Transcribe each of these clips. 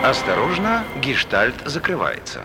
Осторожно, гештальт закрывается.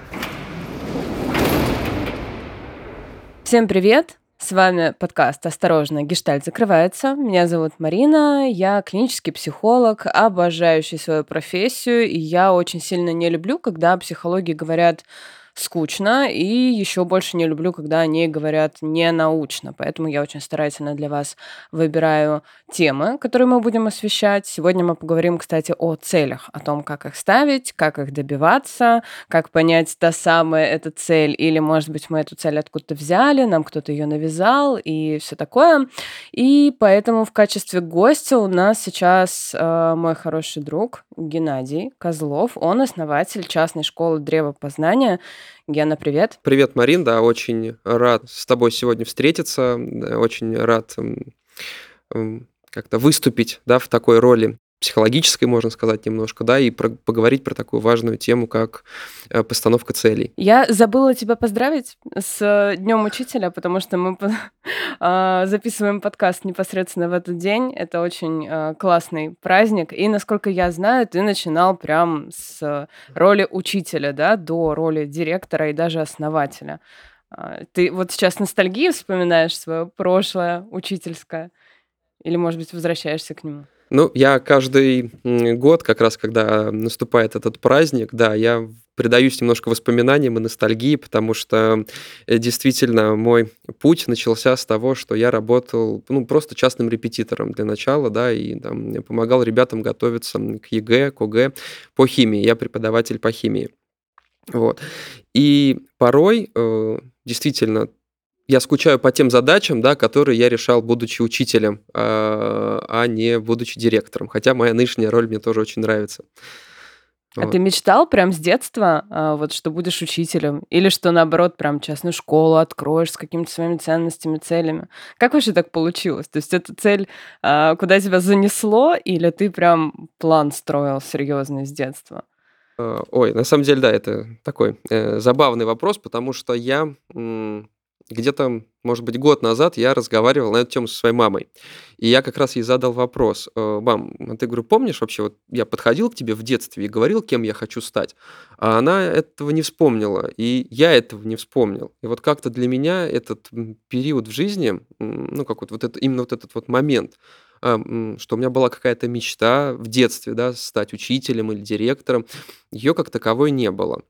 Всем привет! С вами подкаст «Осторожно, гештальт закрывается». Меня зовут Марина, я клинический психолог, обожающий свою профессию, и я очень сильно не люблю, когда о психологии говорят скучно, и еще больше не люблю, когда о ней говорят ненаучно. Поэтому я очень старательно для вас выбираю темы, которые мы будем освещать. Сегодня мы поговорим, кстати, о целях, о том, как их ставить, как их добиваться, как понять, та самая эта цель, или, может быть, мы эту цель откуда-то взяли, нам кто-то ее навязал и все такое. И поэтому в качестве гостя у нас сейчас мой хороший друг Геннадий Козлов. Он основатель частной школы Древо Познания. Гена, привет. Привет, Марин, да, очень рад с тобой сегодня встретиться, очень рад как-то выступить, да, в такой роли психологической, можно сказать, немножко, да, и поговорить про такую важную тему, как постановка целей. Я забыла тебя поздравить с Днем Учителя, потому что мы записываем подкаст непосредственно в этот день. Это очень классный праздник. И, насколько я знаю, ты начинал прям с роли учителя, да, до роли директора и даже основателя. Ты вот сейчас ностальгию вспоминаешь свое прошлое учительское? Или, может быть, возвращаешься к нему? Ну, я каждый год, как раз когда наступает этот праздник, да, я предаюсь немножко воспоминаниям и ностальгии, потому что действительно мой путь начался с того, что я работал, ну, просто частным репетитором для начала, да, и там помогал ребятам готовиться к ЕГЭ, к ОГЭ по химии. Я преподаватель по химии. Вот. И порой, действительно, я скучаю по тем задачам, да, которые я решал, будучи учителем, а не будучи директором. Хотя моя нынешняя роль мне тоже очень нравится. А Вот. ты мечтал прям с детства, вот что будешь учителем? Или что, наоборот, прям частную школу откроешь с какими-то своими ценностями, целями? Как вообще так получилось? То есть эта цель, куда тебя занесло, или ты прям план строил серьезный с детства? Ой, на самом деле, да, это такой забавный вопрос, потому что я где-то, может быть, год назад я разговаривал на эту тему со своей мамой. И я как раз ей задал вопрос: мам, а ты, говорю, помнишь вообще, вот я подходил к тебе в детстве и говорил, кем я хочу стать? А она этого не вспомнила, и я этого не вспомнил. И вот как-то для меня этот период в жизни, ну, как вот это, именно вот этот вот момент, что у меня была какая-то мечта в детстве, да, стать учителем или директором, ее как таковой не было.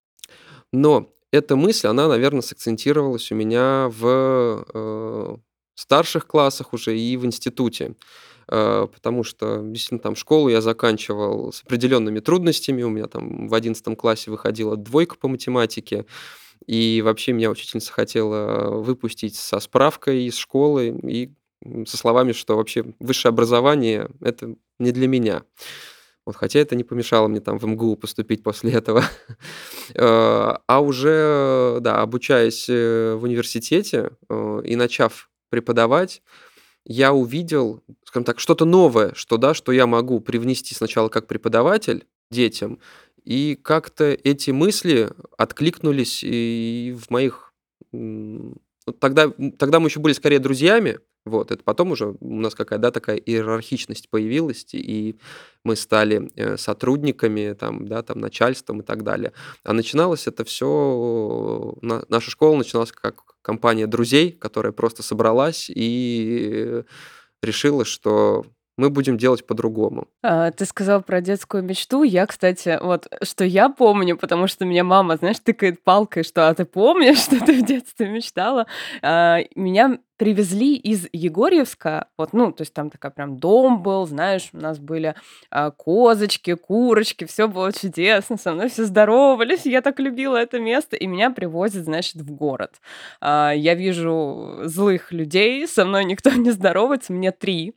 Но эта мысль, она, наверное, сакцентировалась у меня в старших классах уже и в институте. Потому что, действительно, там школу я заканчивал с определенными трудностями. У меня там в 11 классе выходила двойка по математике. И вообще меня учительница хотела выпустить со справкой из школы и со словами, что вообще высшее образование — это не для меня. Вот, хотя это не помешало мне там в МГУ поступить после этого. А уже, да, обучаясь в университете и начав преподавать, я увидел, скажем так, что-то новое, что, да, что я могу привнести сначала как преподаватель детям, и как-то эти мысли откликнулись и в моих... вот тогда мы еще были скорее друзьями, вот, это потом уже у нас какая-то, да, такая иерархичность появилась, и мы стали сотрудниками, там, да, там, начальством и так далее. А начиналось это все, наша школа начиналась как компания друзей, которая просто собралась и решила, что мы будем делать по-другому. Ты сказал про детскую мечту. Я, кстати, вот что я помню, потому что меня мама, знаешь, тыкает палкой, что ты помнишь, что ты в детстве мечтала? Меня привезли из Егорьевска, вот, ну, то есть там такая прям дом был, знаешь, у нас были козочки, курочки, все было чудесно, со мной все здоровались, я так любила это место, и меня привозят, значит, в город. Я вижу злых людей, со мной никто не здоровается, мне 3.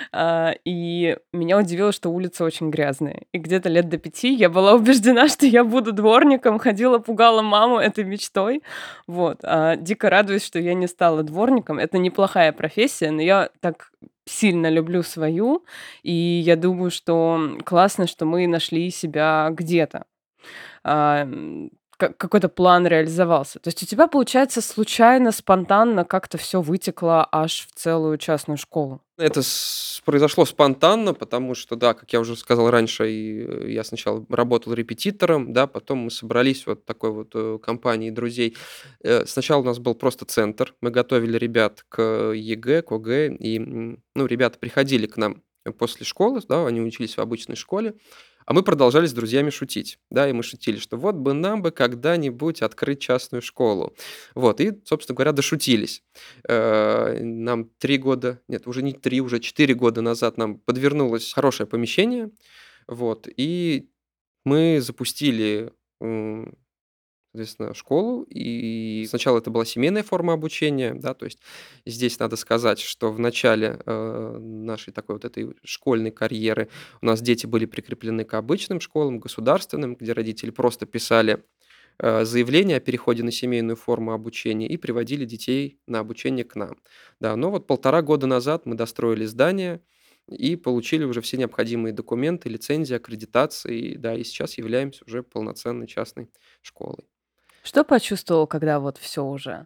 И меня удивило, что улицы очень грязные. И где-то лет до 5 я была убеждена, что я буду дворником, ходила, пугала маму этой мечтой. Вот. Дико радуюсь, что я не стала дворником. Это неплохая профессия, но я так сильно люблю свою, и я думаю, что классно, что мы нашли себя где-то. А, какой-то план реализовался. То есть у тебя, получается, случайно, спонтанно как-то все вытекло аж в целую частную школу? Это произошло спонтанно, потому что, да, как я уже сказал раньше, я сначала работал репетитором, да, потом мы собрались вот такой вот компанией друзей. Сначала у нас был просто центр, мы готовили ребят к ЕГЭ, к ОГЭ, и ну, ребята приходили к нам после школы, да, они учились в обычной школе, а мы продолжали с друзьями шутить, да, и мы шутили, что вот бы нам бы когда-нибудь открыть частную школу. Вот, и, собственно говоря, дошутились. Нам 3 года, нет, уже не 3, уже 4 года назад нам подвернулось хорошее помещение, вот, и мы запустили, соответственно, школу. И сначала это была семейная форма обучения, да, то есть здесь надо сказать, что в начале нашей такой вот этой школьной карьеры у нас дети были прикреплены к обычным школам, государственным, где родители просто писали заявление о переходе на семейную форму обучения и приводили детей на обучение к нам. Да, но вот 1,5 года назад мы достроили здание и получили уже все необходимые документы, лицензии, аккредитации, да, и сейчас являемся уже полноценной частной школой. Что почувствовал, когда вот все уже?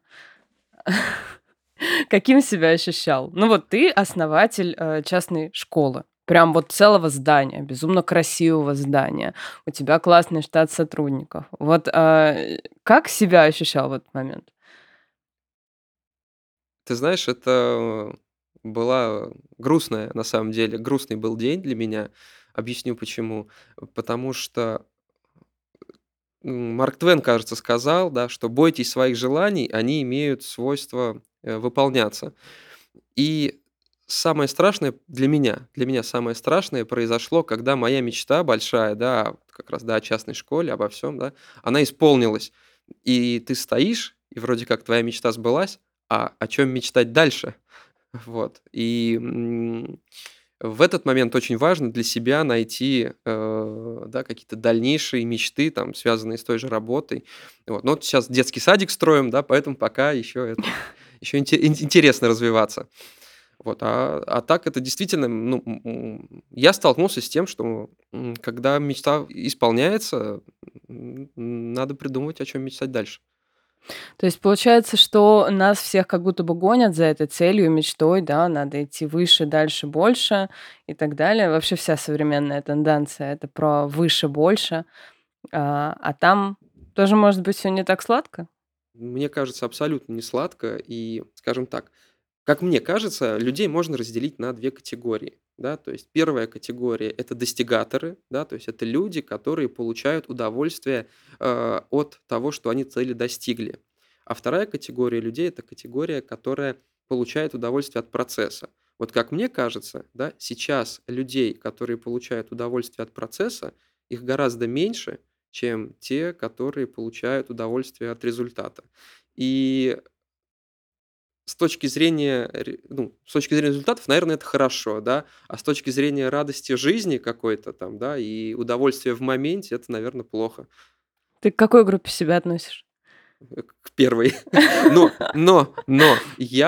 Каким себя ощущал? Ну вот ты основатель, частной школы, прям вот целого здания, безумно красивого здания. У тебя классный штат сотрудников. Вот, как себя ощущал в этот момент? Ты знаешь, это была грустная, на самом деле, грустный был день для меня. Объясню почему. Потому что Марк Твен, кажется, сказал, да, что бойтесь своих желаний, они имеют свойство выполняться. И самое страшное для меня самое страшное произошло, когда моя мечта большая, да, как раз, да, о частной школе, обо всем, да, она исполнилась. И ты стоишь, и вроде как твоя мечта сбылась, а о чем мечтать дальше? Вот. И в этот момент очень важно для себя найти, да, какие-то дальнейшие мечты, там, связанные с той же работой. Вот. Но вот сейчас детский садик строим, да, поэтому пока еще это, еще интересно развиваться. Вот. А так это действительно, ну, я столкнулся с тем, что когда мечта исполняется, надо придумывать, о чем мечтать дальше. То есть получается, что нас всех как будто бы гонят за этой целью, мечтой, да, надо идти выше, дальше, больше и так далее. Вообще вся современная тенденция — это про выше, больше, а там тоже может быть все не так сладко? Мне кажется, абсолютно не сладко. И, скажем так, как мне кажется, людей можно разделить на 2 категории. Да? То есть первая категория — это достигаторы, да? То есть это люди, которые получают удовольствие от того, что они цели достигли. А вторая категория людей — это категория, которая получает удовольствие от процесса. Вот как мне кажется, да, сейчас людей, которые получают удовольствие от процесса, их гораздо меньше, чем те, которые получают удовольствие от результата. И с точки зрения результатов, наверное, это хорошо, да, а с точки зрения радости жизни какой-то там, да, и удовольствия в моменте, это, наверное, плохо. Ты к какой группе себя относишь? К первой. Но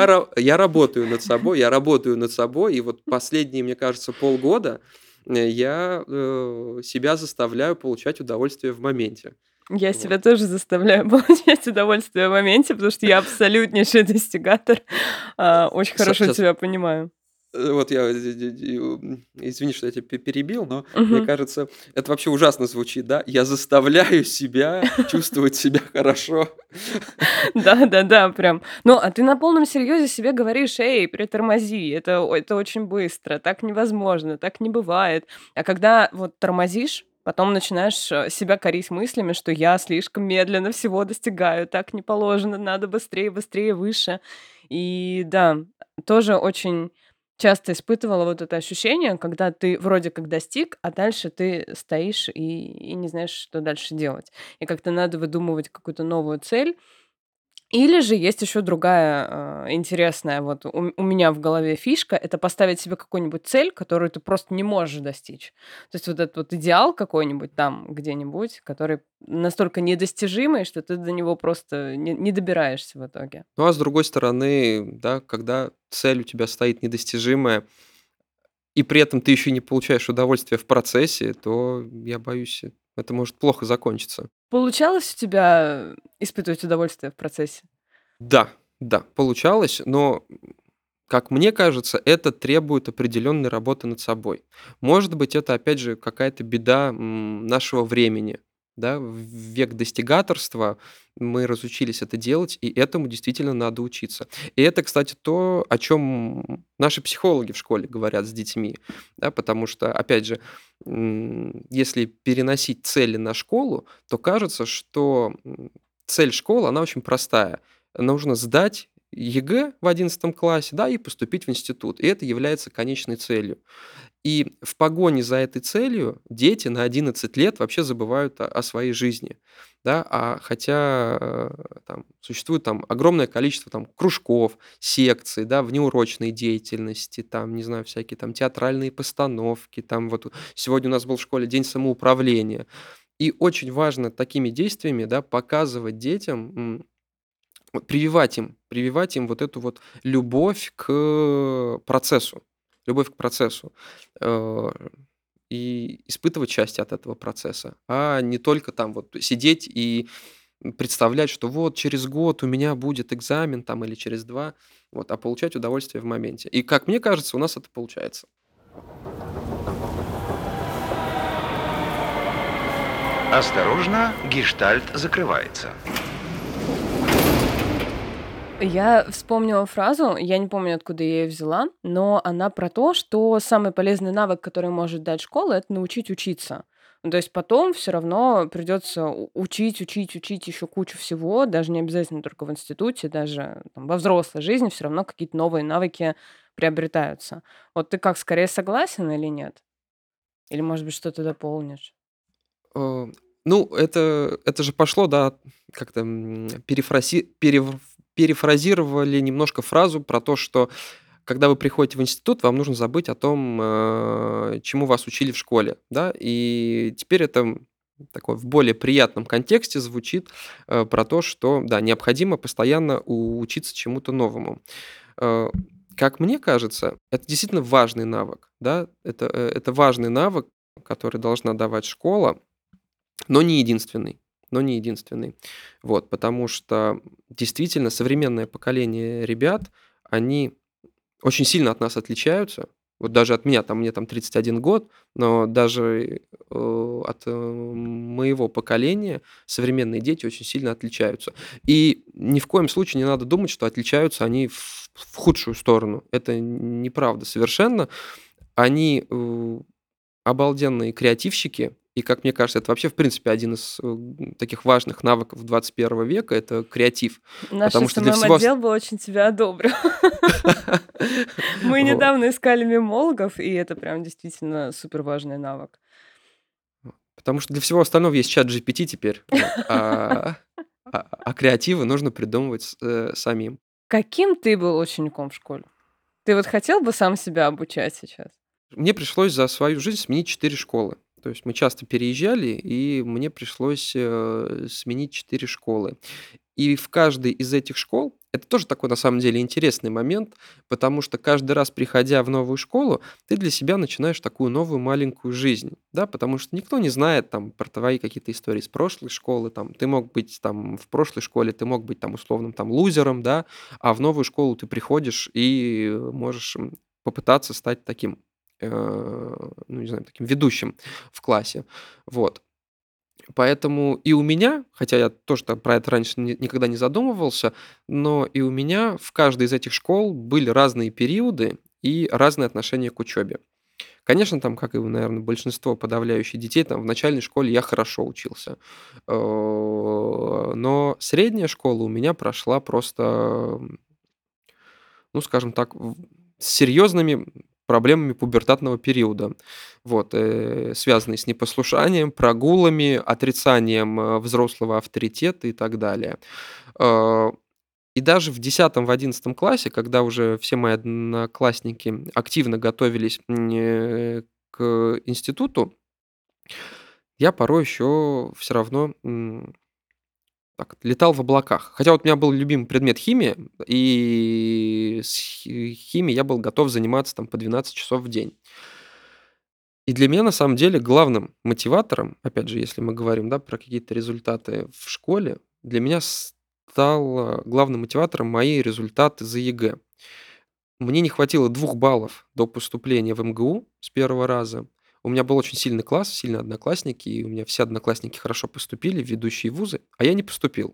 я работаю над собой, и вот последние, мне кажется, полгода я себя заставляю получать удовольствие в моменте. Я Вот. себя тоже заставляю получать удовольствие в моменте, потому что я абсолютнейший достигатор. Очень хорошо Сейчас тебя понимаю. Вот я, извини, что я тебя перебил, но мне Мгм. кажется, это вообще ужасно звучит, да? Я заставляю себя чувствовать себя хорошо. Да-да-да, прям. Ну, а ты на полном серьезе себе говоришь: "Эй, притормози, это очень быстро, так невозможно, так не бывает". А когда вот тормозишь, потом начинаешь, себя корить мыслями, что я слишком медленно всего достигаю, так не положено, надо быстрее, быстрее, выше. И да, тоже очень часто испытывала вот это ощущение, когда ты вроде как достиг, а дальше ты стоишь и не знаешь, что дальше делать. И как-то надо выдумывать какую-то новую цель. Или же есть еще другая, интересная вот у меня в голове фишка — это поставить себе какую-нибудь цель, которую ты просто не можешь достичь. То есть вот этот вот идеал какой-нибудь там где-нибудь, который настолько недостижимый, что ты до него просто не добираешься в итоге. Ну, а с другой стороны, да, когда цель у тебя стоит недостижимая, и при этом ты еще не получаешь удовольствие в процессе, то, я боюсь, это может плохо закончиться. Получалось у тебя испытывать удовольствие в процессе? Да, да, получалось, но, как мне кажется, это требует определенной работы над собой. Может быть, это, опять же, какая-то беда нашего времени. Да, в век достигаторства мы разучились это делать, и этому действительно надо учиться. И это, кстати, то, о чем наши психологи в школе говорят с детьми. Да, потому что, опять же, если переносить цели на школу, то кажется, что цель школы, она очень простая. Нужно сдать ЕГЭ в 11 классе, да, и поступить в институт. И это является конечной целью. И в погоне за этой целью дети на 11 лет вообще забывают о своей жизни. Да, хотя там существует там огромное количество там, кружков, секций, да, внеурочной деятельности, там, не знаю, всякие там театральные постановки. Там, вот сегодня у нас был в школе день самоуправления. И очень важно такими действиями, да, показывать детям, вот прививать им вот эту вот любовь к процессу. Любовь к процессу. Э, и испытывать счастье от этого процесса, а не только там вот сидеть и представлять, что вот через год у меня будет экзамен там или через 2, вот, а получать удовольствие в моменте. И, как мне кажется, у нас это получается. Осторожно, гештальт закрывается. Я вспомнила фразу, я не помню, откуда я ее взяла, но она про то, что самый полезный навык, который может дать школа, это научить учиться. Ну, то есть потом все равно придется учить еще кучу всего, даже не обязательно только в институте, даже там, во взрослой жизни все равно какие-то новые навыки приобретаются. Вот ты как, скорее согласен или нет? Или, может быть, что-то дополнишь? Э, ну, это же пошло, да, как-то перефразировали немножко фразу про то, что когда вы приходите в институт, вам нужно забыть о том, чему вас учили в школе, да, и теперь это такой в более приятном контексте звучит про то, что, да, необходимо постоянно учиться чему-то новому. Э, Как мне кажется, это действительно важный навык, да, это важный навык, который должна давать школа, но не единственный. Но не единственный. Вот, потому что действительно современное поколение ребят, они очень сильно от нас отличаются. Вот даже от меня, там, мне там 31 год, но даже от моего поколения современные дети очень сильно отличаются. И ни в коем случае не надо думать, что отличаются они в худшую сторону. Это неправда совершенно. Они обалденные креативщики. И, как мне кажется, это вообще, в принципе, один из таких важных навыков 21 века — это креатив. Наш Потому что для всего... СММ-отдел бы очень тебя одобрил. Мы Вот. недавно искали мемологов, и это прям действительно супер важный навык. Потому что для всего остального есть чат GPT теперь. Вот. А креативы нужно придумывать самим. Каким ты был учеником в школе? Ты вот хотел бы сам себя обучать сейчас? Мне пришлось за свою жизнь сменить 4 школы. То есть мы часто переезжали, и мне пришлось сменить 4 школы. И в каждой из этих школ это тоже такой, на самом деле, интересный момент, потому что каждый раз, приходя в новую школу, ты для себя начинаешь такую новую маленькую жизнь, да, потому что никто не знает там про твои какие-то истории с прошлой школы, там, ты мог быть там в прошлой школе, ты мог быть там условным там лузером, да, а в новую школу ты приходишь и можешь попытаться стать таким, ну, не знаю, таким ведущим в классе, вот. Поэтому и у меня, хотя я тоже там про это раньше никогда не задумывался, но и у меня в каждой из этих школ были разные периоды и разные отношения к учебе. Конечно, там, как и, наверное, большинство подавляющих детей, там в начальной школе я хорошо учился. Но средняя школа у меня прошла просто, ну, скажем так, с серьезными проблемами пубертатного периода, вот, связанные с непослушанием, прогулами, отрицанием взрослого авторитета и так далее. Э, И даже в 10-11 классе, когда уже все мои одноклассники активно готовились к институту, я порой еще все равно так летал в облаках. Хотя вот у меня был любимый предмет химия, и с химией я был готов заниматься там по 12 часов в день. И для меня на самом деле главным мотиватором, опять же, если мы говорим, да, про какие-то результаты в школе, для меня стал главным мотиватором мои результаты за ЕГЭ. Мне не хватило 2 баллов до поступления в МГУ с первого раза. У меня был очень сильный класс, сильные одноклассники, и у меня все одноклассники хорошо поступили в ведущие вузы, а я не поступил.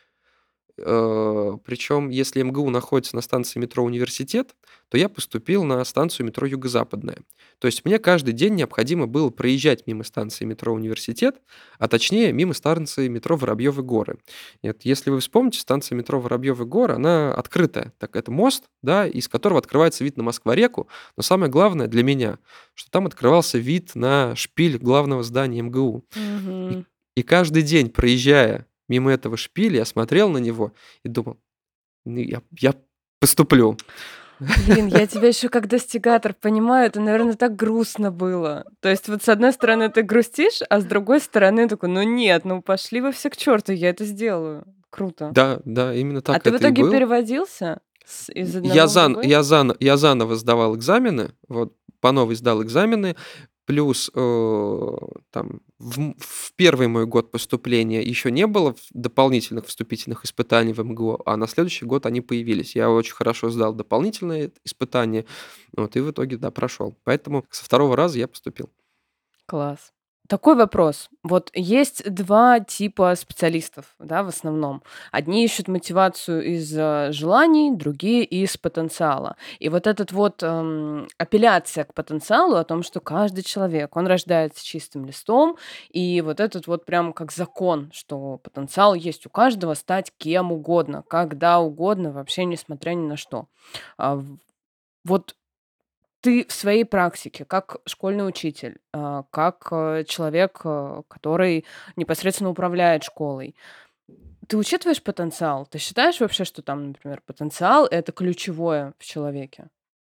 Причем, если МГУ находится на станции метро «Университет», то я поступил на станцию метро «Юго-Западная». То есть мне каждый день необходимо было проезжать мимо станции метро «Университет», а точнее мимо станции метро «Воробьевы горы». И вот если вы вспомните, станция метро «Воробьевы горы», она открытая. Так, это мост, да, из которого открывается вид на Москва-реку. Но самое главное для меня, что там открывался вид на шпиль главного здания МГУ. И, Мгм. и каждый день, проезжая мимо этого шпиля, я смотрел на него и думал: "Ну, я поступлю". Блин, я тебя еще как достигатор понимаю, это, наверное, так грустно было. То есть вот с одной стороны ты грустишь, а с другой стороны такой: "Ну нет, ну пошли вы все к черту, я это сделаю". Круто. Да, да, именно А так ты в это и итоге было. переводился из Я одного в зан другой? я зан я заново сдавал экзамены, вот по новой сдал экзамены, плюс, там в первый мой год поступления еще не было дополнительных вступительных испытаний в МГУ, а на следующий год они появились. Я очень хорошо сдал дополнительные испытания, вот, и в итоге, да, прошел. Поэтому со второго раза я поступил. Класс. Такой вопрос. Вот есть 2 типа специалистов, да, в основном. Одни ищут мотивацию из, желаний, другие из потенциала. И вот этот вот, апелляция к потенциалу о том, что каждый человек, он рождается чистым листом, и вот этот вот прям как закон, что потенциал есть у каждого стать кем угодно, когда угодно, вообще несмотря ни на что. Вот ты в своей практике, как школьный учитель, как, человек, который непосредственно управляет школой, ты учитываешь потенциал? Ты считаешь вообще, что там, например, потенциал — это ключевое в человеке?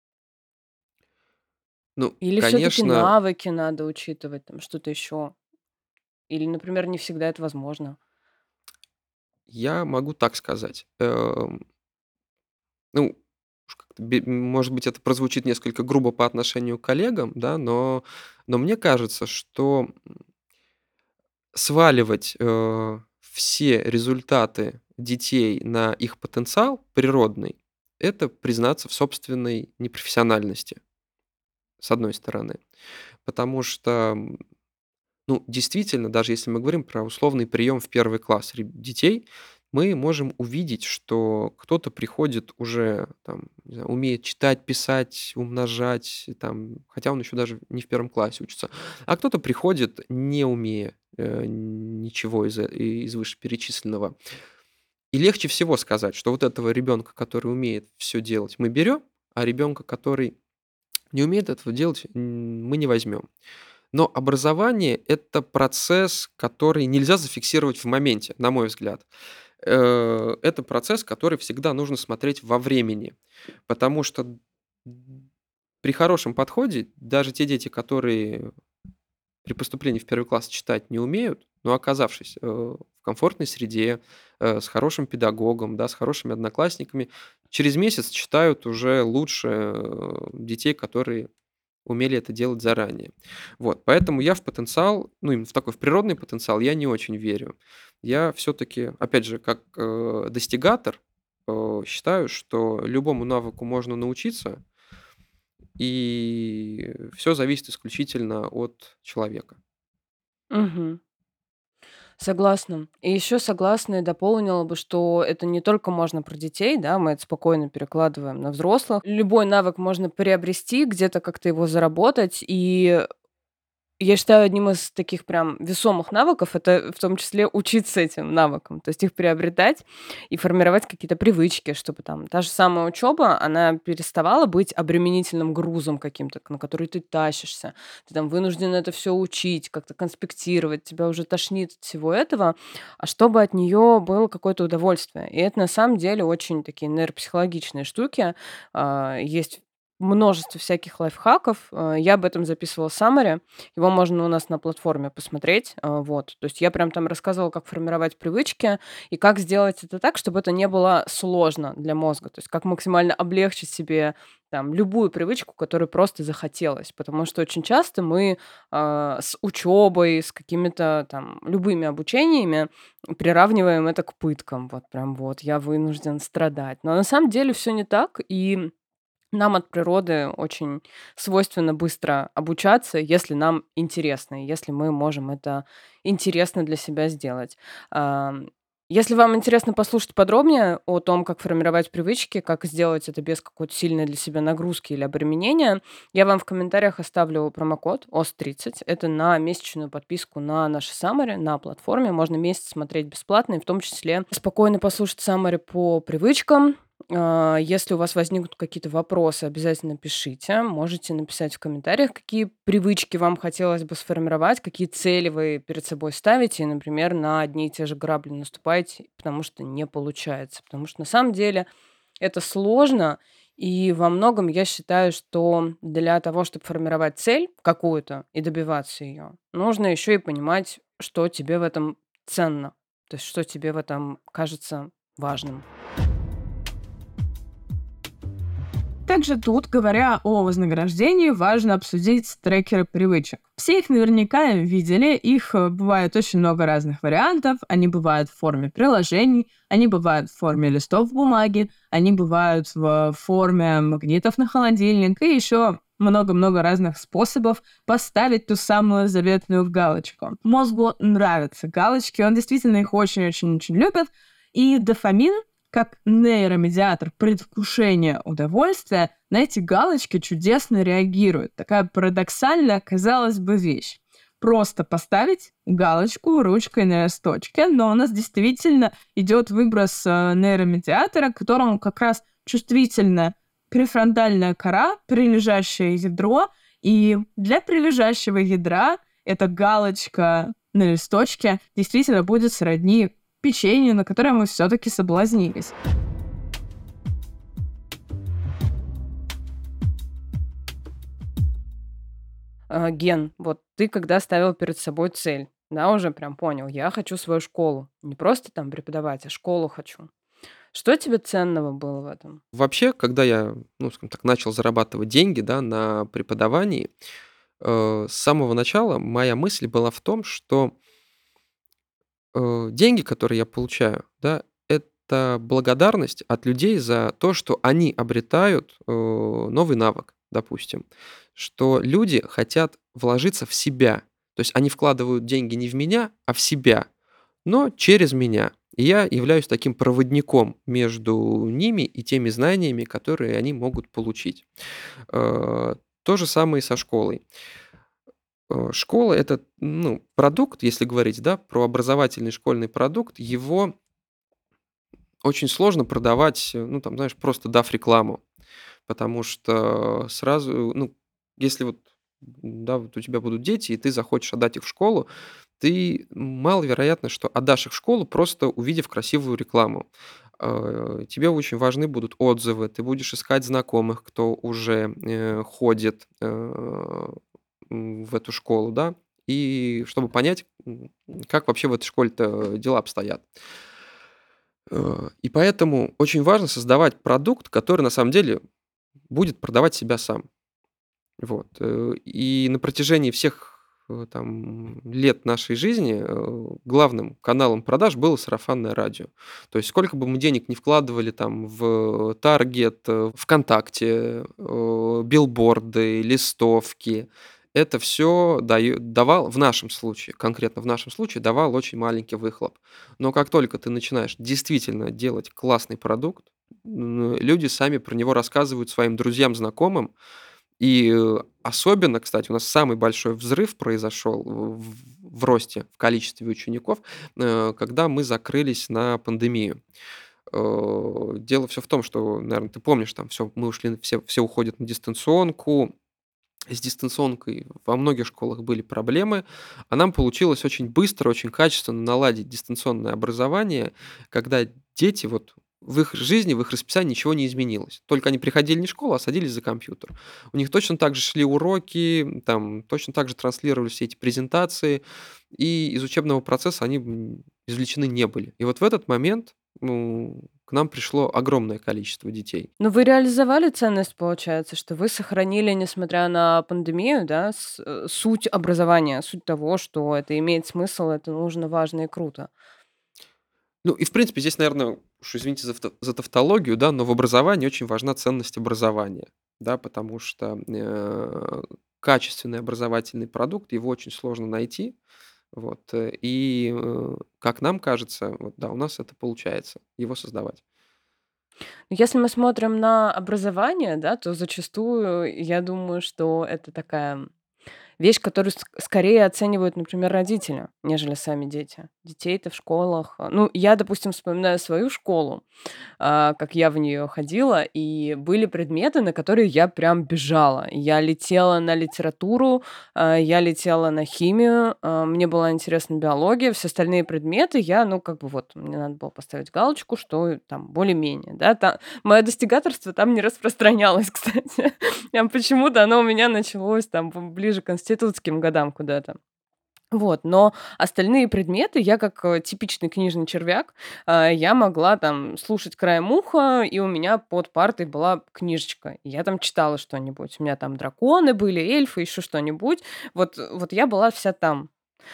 Ну, Или все таки конечно, навыки надо учитывать, там что-то еще? Или, например, не всегда это возможно? я могу так сказать. Ну, уж как-то может быть, это прозвучит несколько грубо по отношению к коллегам, да, но мне кажется, что сваливать, все результаты детей на их потенциал природный — это признаться в собственной непрофессиональности, с одной стороны. Потому что, ну, действительно, даже если мы говорим про условный прием в первый класс детей, мы можем увидеть, что кто-то приходит уже, там, не знаю, умеет читать, писать, умножать, там, хотя он еще даже не в первом классе учится, а кто-то приходит, не умея ничего из вышеперечисленного. И легче всего сказать, что вот этого ребенка, который умеет все делать, мы берем, а ребенка, который не умеет этого делать, мы не возьмем. Но образование — это процесс, который нельзя зафиксировать в моменте, на мой взгляд. Это процесс, который всегда нужно смотреть во времени, потому что при хорошем подходе даже те дети, которые при поступлении в первый класс читать не умеют, но оказавшись в комфортной среде, с хорошим педагогом, да, с хорошими одноклассниками, через месяц читают уже лучше детей, которые умели это делать заранее. Вот, поэтому я в потенциал, ну, именно в такой, в природный потенциал я не очень верю. Я все-таки, опять же, как достигатор, считаю, что любому навыку можно научиться, и все зависит исключительно от человека. Мгм. Согласна. И еще согласна и дополнила бы, что это не только можно про детей, да, мы это спокойно перекладываем на взрослых. Любой навык можно приобрести, где-то как-то его заработать, и я считаю, одним из таких прям весомых навыков — это в том числе учиться этим навыкам, то есть их приобретать и формировать какие-то привычки, чтобы там та же самая учеба, она переставала быть обременительным грузом каким-то, на который ты тащишься. Ты там вынужден это все учить, как-то конспектировать, тебя уже тошнит от всего этого, а чтобы от нее было какое-то удовольствие. И это на самом деле очень такие нейропсихологичные штуки. Есть множество всяких лайфхаков. Я об этом записывала summary. Его можно у нас на платформе посмотреть. Вот. То есть я прям там рассказывала, как формировать привычки и как сделать это так, чтобы это не было сложно для мозга. То есть как максимально облегчить себе там любую привычку, которую просто захотелось. Потому что очень часто мы с учебой, с какими-то там любыми обучениями приравниваем это к пыткам. Вот прям вот я вынужден страдать. Но на самом деле все не так. И нам от природы очень свойственно быстро обучаться, если нам интересно, и если мы можем это интересно для себя сделать. Если вам интересно послушать подробнее о том, как формировать привычки, как сделать это без какой-то сильной для себя нагрузки или обременения, я вам в комментариях оставлю промокод ОС30. Это на месячную подписку на наши Summary на платформе. Можно месяц смотреть бесплатно, и в том числе спокойно послушать Summary по привычкам. Если у вас возникнут какие-то вопросы, обязательно пишите. Можете написать в комментариях, какие привычки вам хотелось бы сформировать, какие цели вы перед собой ставите, и, например, на одни и те же грабли наступаете, потому что не получается. Потому что на самом деле это сложно, и во многом я считаю, что для того, чтобы формировать цель какую-то и добиваться ее, нужно еще и понимать, что тебе в этом ценно, то есть что тебе в этом кажется важным. Также тут, говоря о вознаграждении, важно обсудить трекеры привычек. Все их наверняка видели, их бывает очень много разных вариантов, они бывают в форме приложений, они бывают в форме листов бумаги, они бывают в форме магнитов на холодильник и еще много-много разных способов поставить ту самую заветную галочку. Мозгу нравятся галочки, он действительно их очень-очень-очень любит, и дофамин, как нейромедиатор предвкушения удовольствия, на эти галочки чудесно реагирует. Такая парадоксальная, казалось бы, вещь. Просто поставить галочку ручкой на листочке, но у нас действительно идет выброс нейромедиатора, к которому как раз чувствительна префронтальная кора, прилежащее ядро, и для прилежащего ядра эта галочка на листочке действительно будет сродни печенье, на которое мы все-таки соблазнились. Ген, вот ты когда ставил перед собой цель, да, уже прям понял, я хочу свою школу. Не просто там преподавать, а школу хочу. Что тебе ценного было в этом? Вообще, когда я, скажем так, начал зарабатывать деньги, да, на преподавании, с самого начала моя мысль была в том, что деньги, которые я получаю, да, это благодарность от людей за то, что они обретают новый навык, допустим, что люди хотят вложиться в себя. То есть они вкладывают деньги не в меня, а в себя, но через меня. И я являюсь таким проводником между ними и теми знаниями, которые они могут получить. То же самое и со школой. Школа — это, продукт, если говорить, да, про образовательный школьный продукт, его очень сложно продавать, там, знаешь, просто дав рекламу. Потому что сразу, если вот, да, вот у тебя будут дети, и ты захочешь отдать их в школу, ты маловероятно, что отдашь их в школу, просто увидев красивую рекламу. Тебе очень важны будут отзывы, ты будешь искать знакомых, кто уже ходит в эту школу, да, и чтобы понять, как вообще в этой школе-то дела обстоят. И поэтому очень важно создавать продукт, который на самом деле будет продавать себя сам. Вот. И на протяжении всех там, лет нашей жизни главным каналом продаж было сарафанное радио. То есть сколько бы мы денег не вкладывали там в Таргет, ВКонтакте, билборды, листовки, это все давал, в нашем случае, конкретно в нашем случае, давал очень маленький выхлоп. Но как только ты начинаешь действительно делать классный продукт, люди сами про него рассказывают своим друзьям, знакомым. И особенно, кстати, у нас самый большой взрыв произошел в росте, в количестве учеников, когда мы закрылись на пандемию. Дело все в том, что, наверное, ты помнишь, там мы ушли, все уходят на дистанционку. С дистанционкой во многих школах были проблемы, а нам получилось очень быстро, очень качественно наладить дистанционное образование, когда дети вот в их жизни, в их расписании ничего не изменилось. Только они приходили не в школу, а садились за компьютер. У них точно так же шли уроки, там точно так же транслировали все эти презентации, и из учебного процесса они извлечены не были. И вот в этот момент к нам пришло огромное количество детей. Но вы реализовали ценность, получается, что вы сохранили, несмотря на пандемию, да, суть образования, суть того, что это имеет смысл, это нужно, важно и круто. Ну и, в принципе, здесь, наверное, уж извините за тавтологию, да, но в образовании очень важна ценность образования, да, потому что качественный образовательный продукт, его очень сложно найти, вот, и, как нам кажется, вот, да, у нас это получается, его создавать. Если мы смотрим на образование, да, то зачастую я думаю, что это такая вещь, которую скорее оценивают, например, родители, нежели сами дети. Детей-то в школах. Ну, я, допустим, вспоминаю свою школу, как я в нее ходила, и были предметы, на которые я прям бежала. Я летела на литературу, я летела на химию, мне была интересна биология, все остальные предметы я, ну, как бы вот, мне надо было поставить галочку, что там более-менее, да, мое достигаторство там не распространялось, кстати. Почему-то оно у меня началось там ближе к институтским годам куда-то. Вот, но остальные предметы я как, типичный книжный червяк, я могла там слушать краем уха, и у меня под партой была книжечка. И я там читала что-нибудь. У меня там драконы были, эльфы, еще что-нибудь. Вот я была вся там.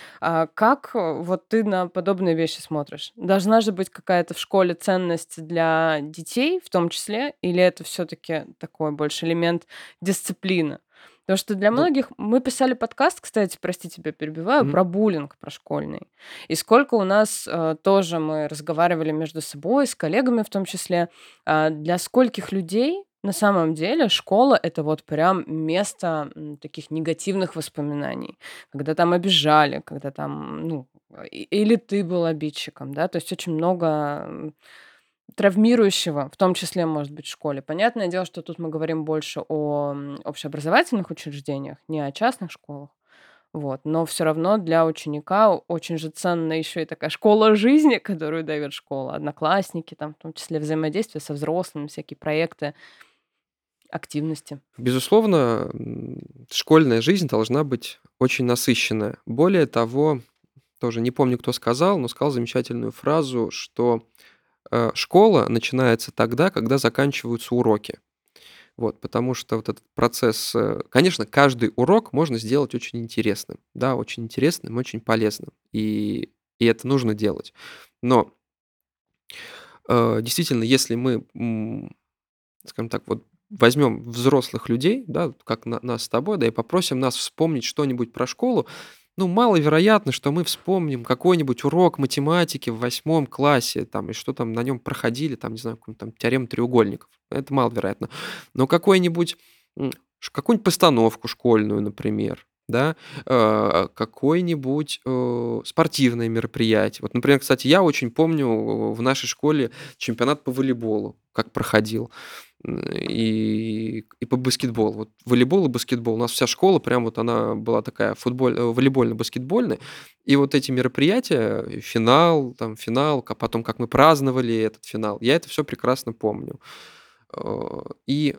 Как, вот ты на подобные вещи смотришь? Должна же быть какая-то в школе ценность для детей в том числе, или это все таки такой больше элемент дисциплины? Потому что для Ну, многих мы писали подкаст, кстати, прости, тебя перебиваю, мгм. про буллинг, про школьный. И сколько у нас, тоже мы разговаривали между собой, с коллегами в том числе, для скольких людей на самом деле школа — это вот прям место, таких негативных воспоминаний, когда там обижали, когда там, ну, или ты был обидчиком, да, то есть очень много травмирующего, в том числе, может быть, в школе. Понятное дело, что тут мы говорим больше о общеобразовательных учреждениях, не о частных школах. Вот. Но все равно для ученика очень же ценна еще и такая школа жизни, которую дает школа, одноклассники, там, в том числе взаимодействие со взрослыми, всякие проекты, активности. Безусловно, школьная жизнь должна быть очень насыщенная. Более того, тоже не помню, кто сказал, но сказал замечательную фразу, что школа начинается тогда, когда заканчиваются уроки. Вот, потому что вот этот процесс, конечно, каждый урок можно сделать очень интересным, да, очень интересным, очень полезным, и это нужно делать. Но действительно, если мы, скажем так, вот возьмем взрослых людей, да, как нас с тобой, да, и попросим нас вспомнить что-нибудь про школу, ну, маловероятно, что мы вспомним какой-нибудь урок математики в 8 классе, там, и что там на нем проходили, там, не знаю, какую-нибудь там теорему треугольников. Это маловероятно. Но какую-нибудь постановку школьную, например, да, какое-нибудь спортивное мероприятие. Вот, например, кстати, я очень помню в нашей школе чемпионат по волейболу, как проходил, и по баскетболу. Вот волейбол и баскетбол. У нас вся школа прям вот она была такая волейбольно-баскетбольная. И вот эти мероприятия, финал, потом как мы праздновали этот финал, я это все прекрасно помню. И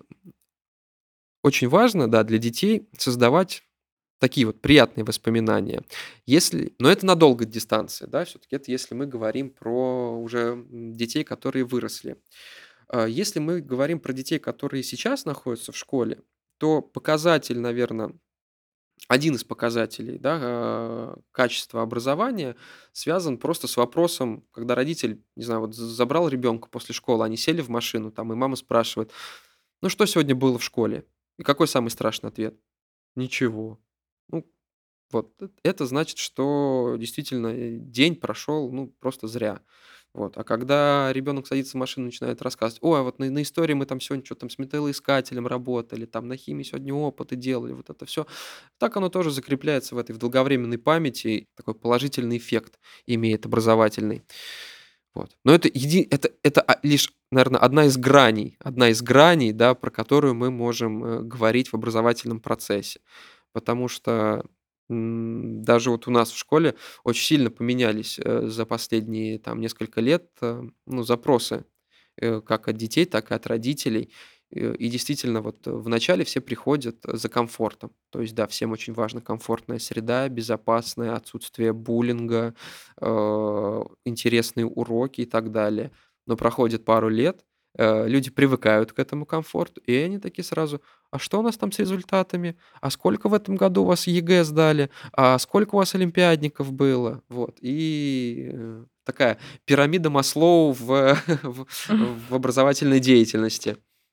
очень важно, да, для детей создавать такие вот приятные воспоминания. Но это на долгой дистанции, да, все-таки это если мы говорим про уже детей, которые выросли. Если мы говорим про детей, которые сейчас находятся в школе, то показатель, наверное, один из показателей, да, качества образования связан просто с вопросом, когда родитель, не знаю, вот забрал ребенка после школы, они сели в машину, там, и мама спрашивает: ну что сегодня было в школе? И какой самый страшный ответ? Ничего. Ну, вот это значит, что действительно день прошел, ну, просто зря. Вот. А когда ребенок садится в машину и начинает рассказывать: ой, а вот на истории мы там сегодня что-то там с металлоискателем работали, там на химии сегодня опыты делали, вот это все, так оно тоже закрепляется в долговременной памяти, и такой положительный эффект имеет образовательный. Вот. Но это лишь, наверное, одна из граней, да, про которую мы можем говорить в образовательном процессе. Потому что даже вот у нас в школе очень сильно поменялись за последние там несколько лет, ну, запросы как от детей, так и от родителей. И действительно, вот вначале все приходят за комфортом. То есть, да, всем очень важна комфортная среда, безопасное отсутствие буллинга, интересные уроки и так далее. Но проходит пару лет, люди привыкают к этому комфорту, и они такие сразу: а что у нас там с результатами? А сколько в этом году у вас ЕГЭ сдали? А сколько у вас олимпиадников было? Вот. И такая пирамида Маслоу в образовательной деятельности.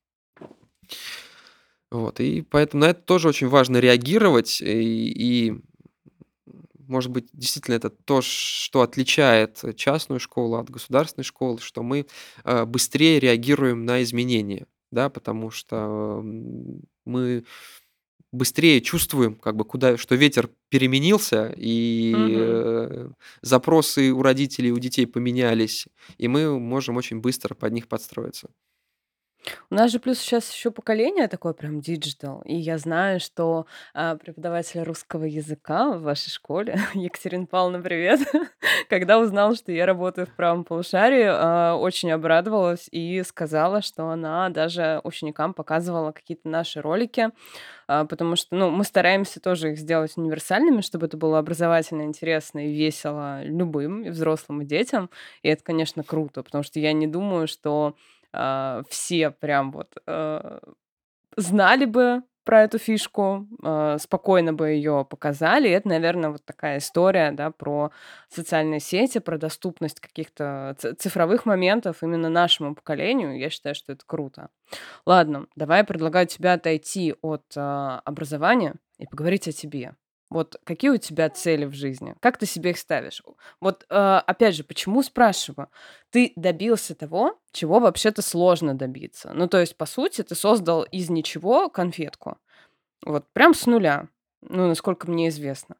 Вот, и поэтому на это тоже очень важно реагировать. Может быть, действительно, это то, что отличает частную школу от государственной школы, что мы быстрее реагируем на изменения, да, потому что мы быстрее чувствуем, как бы, что ветер переменился, и Мгм. запросы у родителей, у детей поменялись, и мы можем очень быстро под них подстроиться. У нас же плюс сейчас еще поколение такое прям диджитал, и я знаю, что преподаватель русского языка в вашей школе, Екатерина Павловна, привет, когда узнала, что я работаю в правом полушарии, очень обрадовалась и сказала, что она даже ученикам показывала какие-то наши ролики, потому что, ну, мы стараемся тоже их сделать универсальными, чтобы это было образовательно, интересно и весело любым, и взрослым, и детям. И это, конечно, круто, потому что я не думаю, что все прям вот знали бы про эту фишку, спокойно бы ее показали. И это, наверное, вот такая история, да, про социальные сети, про доступность каких-то цифровых моментов именно нашему поколению. Я считаю, что это круто. Ладно, давай я предлагаю тебе отойти от образования и поговорить о тебе. Вот какие у тебя цели в жизни? Как ты себе их ставишь? Вот, опять же, почему спрашиваю? Ты добился того, чего вообще-то сложно добиться. Ну, то есть, по сути, ты создал из ничего конфетку. Вот прям с нуля, ну, насколько мне известно.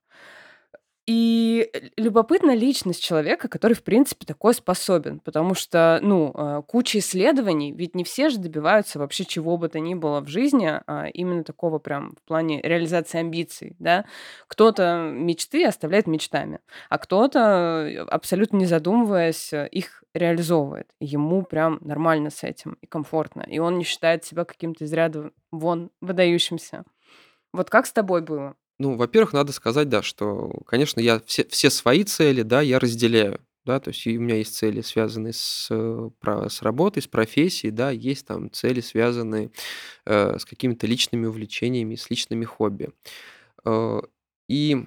И любопытна личность человека, который, в принципе, такой способен, потому что, ну, куча исследований, ведь не все же добиваются вообще чего бы то ни было в жизни, именно такого прям в плане реализации амбиций, да. Кто-то мечты оставляет мечтами, а кто-то, абсолютно не задумываясь, их реализовывает. Ему прям нормально с этим и комфортно, и он не считает себя каким-то из ряда вон выдающимся. Вот как с тобой было? Ну, во-первых, надо сказать, да, что, конечно, я все свои цели, да, я разделяю. Да, то есть и у меня есть цели, связанные с работой, с профессией, да, есть там цели, связанные с какими-то личными увлечениями, с личными хобби. Э, И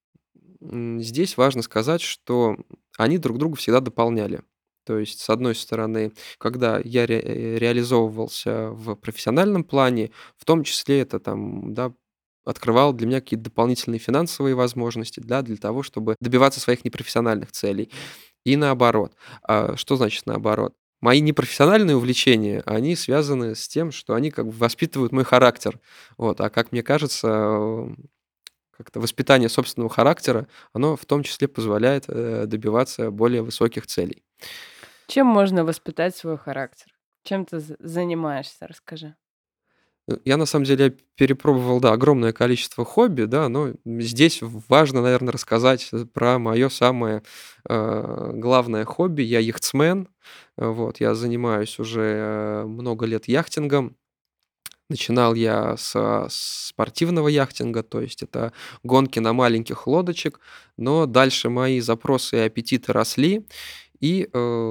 здесь важно сказать, что они друг друга всегда дополняли. То есть, с одной стороны, когда я реализовывался в профессиональном плане, в том числе это там, да, открывало для меня какие-то дополнительные финансовые возможности, да, для того, чтобы добиваться своих непрофессиональных целей. И наоборот. А что значит наоборот? Мои непрофессиональные увлечения, они связаны с тем, что они как бы воспитывают мой характер. Вот. А как мне кажется, как-то воспитание собственного характера, оно в том числе позволяет добиваться более высоких целей. Чем можно воспитать свой характер? Чем ты занимаешься? Расскажи. Я на самом деле перепробовал, да, огромное количество хобби, да, но здесь важно, наверное, рассказать про мое самое главное хобби. Я яхтсмен, вот, я занимаюсь уже много лет яхтингом. Начинал я с спортивного яхтинга, то есть это гонки на маленьких лодочек, но дальше мои запросы и аппетиты росли, и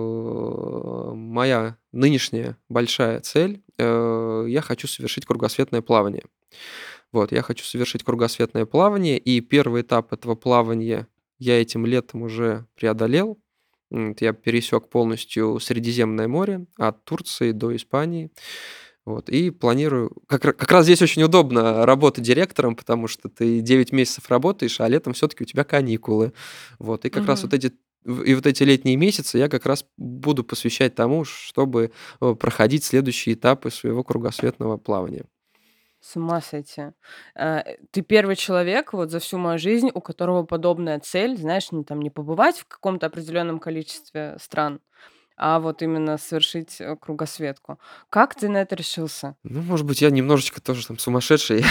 моя нынешняя большая цель, я хочу совершить кругосветное плавание. Вот, я хочу совершить кругосветное плавание, и первый этап этого плавания я этим летом уже преодолел. Я пересек полностью Средиземное море от Турции до Испании. Вот, и планирую. Как раз здесь очень удобно работать директором, потому что ты 9 месяцев работаешь, а летом все-таки у тебя каникулы. Вот, и как раз Мгм. вот эти летние месяцы я как раз буду посвящать тому, чтобы проходить следующие этапы своего кругосветного плавания. С ума сойти. Ты первый человек вот за всю мою жизнь, у которого подобная цель, знаешь, не побывать в каком-то определенном количестве стран, а вот именно совершить кругосветку. Как ты на это решился? Ну, может быть, я немножечко тоже там сумасшедший.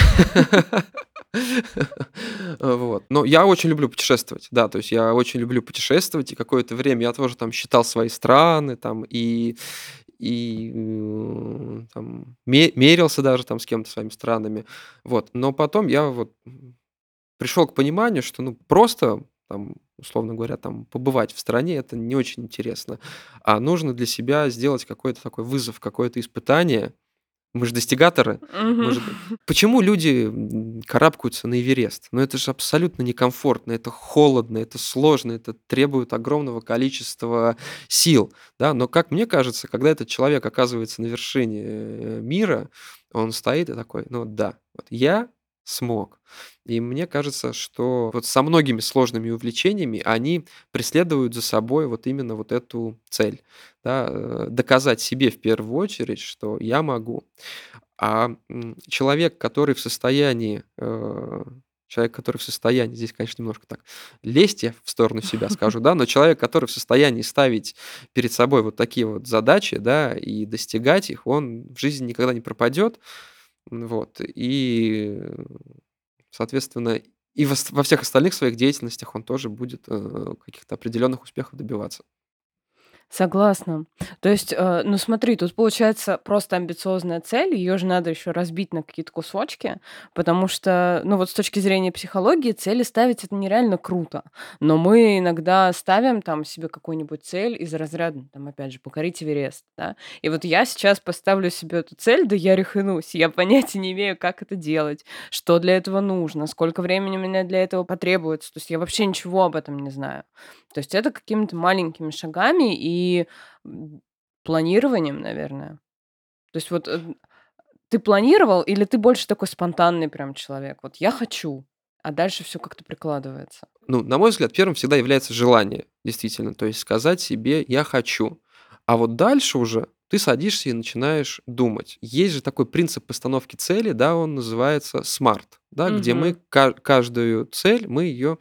Вот. Но я очень люблю путешествовать, да, то есть я очень люблю путешествовать, и какое-то время я тоже там считал свои страны, там, и там мерился даже там с кем-то своими странами. Вот. Но потом я вот пришел к пониманию, что ну просто там, условно говоря, там побывать в стране это не очень интересно, а нужно для себя сделать какой-то такой вызов, какое-то испытание. Мы же достигаторы. Мы Мгм. же... Почему люди карабкаются на Эверест? Ну, это же абсолютно некомфортно, это холодно, это сложно, это требует огромного количества сил. Да? Но, как мне кажется, когда этот человек оказывается на вершине мира, он стоит и такой, ну да, вот я смог. И мне кажется, что вот со многими сложными увлечениями они преследуют за собой вот именно вот эту цель. Да, доказать себе в первую очередь, что я могу. Человек, который в состоянии, здесь, конечно, немножко так лезть я в сторону себя скажу, да, но человек, который в состоянии ставить перед собой вот такие вот задачи, да, и достигать их, он в жизни никогда не пропадет, вот, и, соответственно, и во всех остальных своих деятельностях он тоже будет каких-то определенных успехов добиваться. Согласна. То есть, ну смотри, тут получается просто амбициозная цель, ее же надо еще разбить на какие-то кусочки, потому что, ну вот с точки зрения психологии, цели ставить это нереально круто. Но мы иногда ставим там себе какую-нибудь цель из разряда, там, опять же, покорить Эверест, да. И вот я сейчас поставлю себе эту цель, да я рехнусь, я понятия не имею, как это делать, что для этого нужно, сколько времени у меня для этого потребуется. То есть я вообще ничего об этом не знаю. То есть это какими-то маленькими шагами и, м, планированием, наверное. То есть вот, ты планировал или ты больше такой спонтанный прям человек? Вот я хочу, а дальше все как-то прикладывается. Ну, на мой взгляд, первым всегда является желание, действительно. То есть сказать себе «я хочу». А вот дальше уже ты садишься и начинаешь думать. Есть же такой принцип постановки цели, да, он называется SMART, да, где мы Мгм. каждую цель, мы ее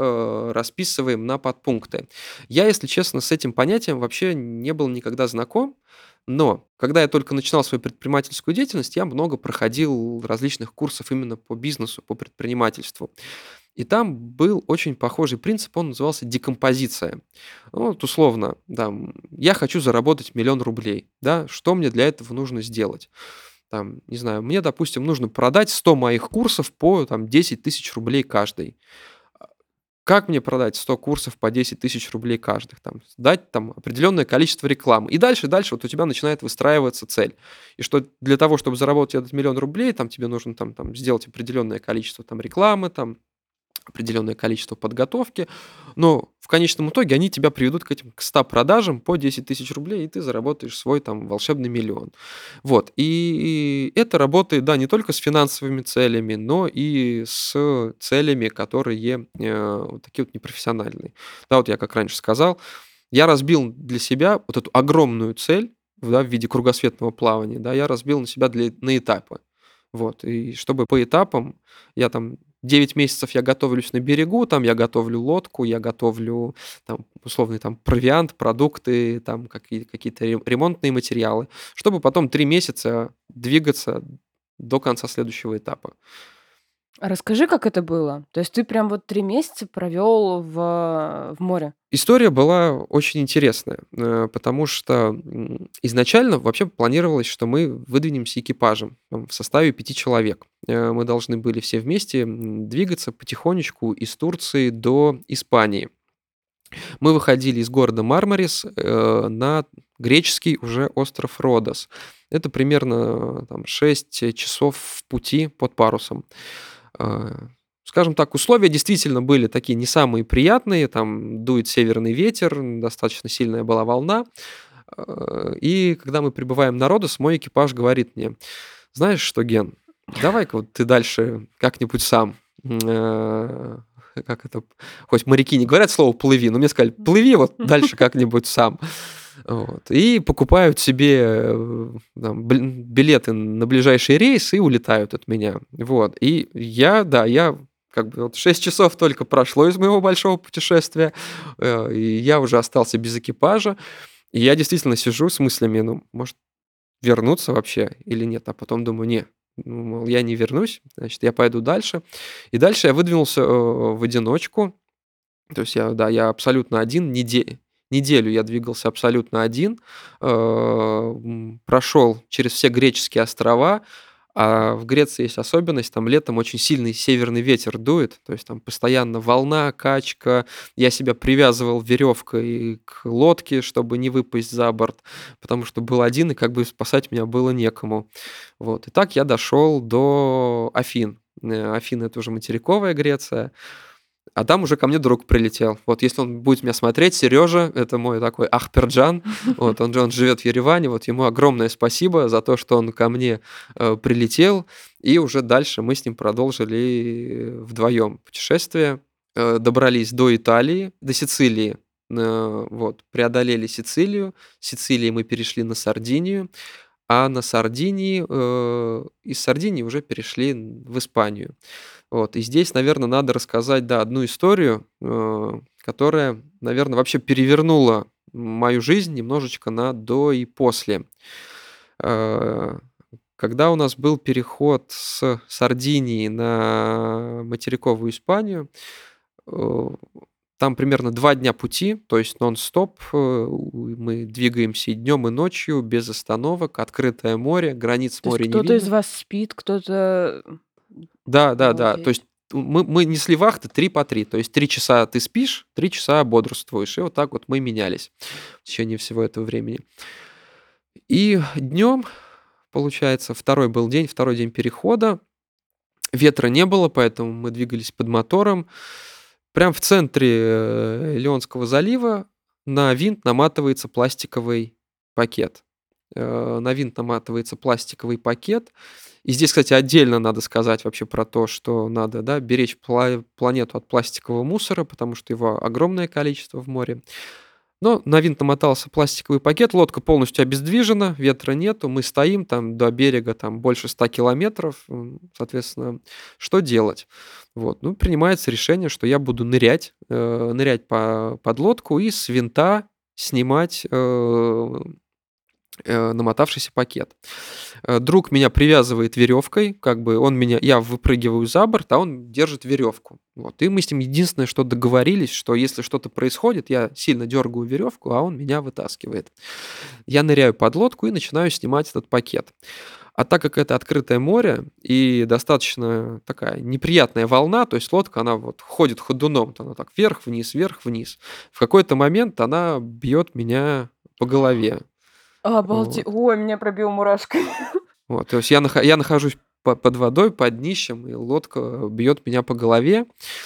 расписываем на подпункты. Я, если честно, с этим понятием вообще не был никогда знаком, но когда я только начинал свою предпринимательскую деятельность, я много проходил различных курсов именно по бизнесу, по предпринимательству. И там был очень похожий принцип, он назывался декомпозиция. Ну, вот условно, там, я хочу заработать 1 000 000 рублей, да, что мне для этого нужно сделать? Там, не знаю, мне, допустим, нужно продать 100 моих курсов по там, 10 тысяч рублей каждый. А Как мне продать 100 курсов по 10 тысяч рублей каждых? Там, дать там определенное количество рекламы. И дальше вот у тебя начинает выстраиваться цель. И что для того, чтобы заработать этот 1 000 000 рублей, там, тебе нужно там, сделать определенное количество там, рекламы, там, определенное количество подготовки, но в конечном итоге они тебя приведут к 100 продажам по 10 тысяч рублей, и ты заработаешь свой там волшебный миллион. Вот. И это работает, да, не только с финансовыми целями, но и с целями, которые вот такие вот непрофессиональные. Да, вот я как раньше сказал, я разбил для себя вот эту огромную цель, да, в виде кругосветного плавания, да, я разбил на себя на этапы. Вот. И чтобы по этапам я там 9 месяцев я готовлюсь на берегу, там я готовлю лодку, я готовлю там условный там провиант, продукты, там какие-то ремонтные материалы, чтобы потом 3 месяца двигаться до конца следующего этапа. А расскажи, как это было? То есть ты прям вот 3 месяца провел в море? История была очень интересная, потому что изначально вообще планировалось, что мы выдвинемся экипажем там, в составе 5 человек. Мы должны были все вместе двигаться потихонечку из Турции до Испании. Мы выходили из города Мармарис на греческий уже остров Родос. Это примерно там, 6 часов в пути под парусом. А, Скажем так, условия действительно были такие не самые приятные. Там дует северный ветер, достаточно сильная была волна. И когда мы прибываем на Родос, мой экипаж говорит мне: знаешь что, Ген, давай-ка вот ты дальше как-нибудь сам. Как это? Хоть моряки не говорят слово «плыви», но мне сказали: плыви вот дальше как-нибудь сам. Вот. И покупают себе там, билеты на ближайший рейс и улетают от меня. Вот. И я как бы вот 6 часов только прошло из моего большого путешествия, и я уже остался без экипажа. И я действительно сижу с мыслями, ну, может, вернуться вообще или нет? А потом думаю, не, ну, мол, я не вернусь, значит, я пойду дальше. И дальше я выдвинулся в одиночку. То есть я абсолютно один, неделю я двигался абсолютно один, прошел через все греческие острова. А в Греции есть особенность, там летом очень сильный северный ветер дует, то есть там постоянно волна, качка. Я себя привязывал веревкой к лодке, чтобы не выпасть за борт, потому что был один, и как бы спасать меня было некому. Вот. И так я дошел до Афин. Афины — это уже материковая Греция. А там уже ко мне друг прилетел. Вот если он будет меня смотреть, Сережа, это мой такой Ахперджан, вот он живет в Ереване, вот ему огромное спасибо за то, что он ко мне прилетел, и уже дальше мы с ним продолжили вдвоем путешествие, добрались до Италии, до Сицилии, вот, преодолели Сицилию, с Сицилии мы перешли на Сардинию, а на Сардинии, из Сардинии уже перешли в Испанию. Вот. И здесь, наверное, надо рассказать, да, одну историю, которая, наверное, вообще перевернула мою жизнь немножечко на до и после. Когда у нас был переход с Сардинии на материковую Испанию, там примерно 2 дня пути, то есть нон-стоп. Мы двигаемся и днем, и ночью, без остановок, открытое море, границ То есть моря не кто-то из видно. вас спит, кто-то... Да. То Обалдеть. есть мы несли вахты 3 по 3. То есть 3 часа ты спишь, 3 часа бодрствуешь. И вот так вот мы менялись в течение всего этого времени. И днем, получается, второй день перехода. Ветра не было, поэтому мы двигались под мотором. Прям в центре Леонского залива на винт наматывается пластиковый пакет. На винт наматывается пластиковый пакет. И здесь, кстати, отдельно надо сказать вообще про то, что надо, да, беречь планету от пластикового мусора, потому что его огромное количество в море. Но на винт намотался пластиковый пакет, лодка полностью обездвижена, ветра нету, мы стоим там до берега там больше 100 километров, соответственно, что делать? Вот, ну, принимается решение, что я буду нырять под лодку и с винта снимать намотавшийся пакет. Друг меня привязывает веревкой, как бы я выпрыгиваю за борт, а он держит веревку. Вот. И мы с ним единственное, что договорились, что если что-то происходит, я сильно дергаю веревку, а он меня вытаскивает. Я ныряю под лодку и начинаю снимать этот пакет. А так как это открытое море и достаточно такая неприятная волна, то есть лодка, она вот ходит ходуном, она так вверх-вниз, вверх-вниз. В какой-то момент она бьет меня по голове. Обалдеть. Вот. Ой, меня пробил мурашкой. Вот, то есть я нахожусь под водой, под днищем, и лодка бьет меня по голове.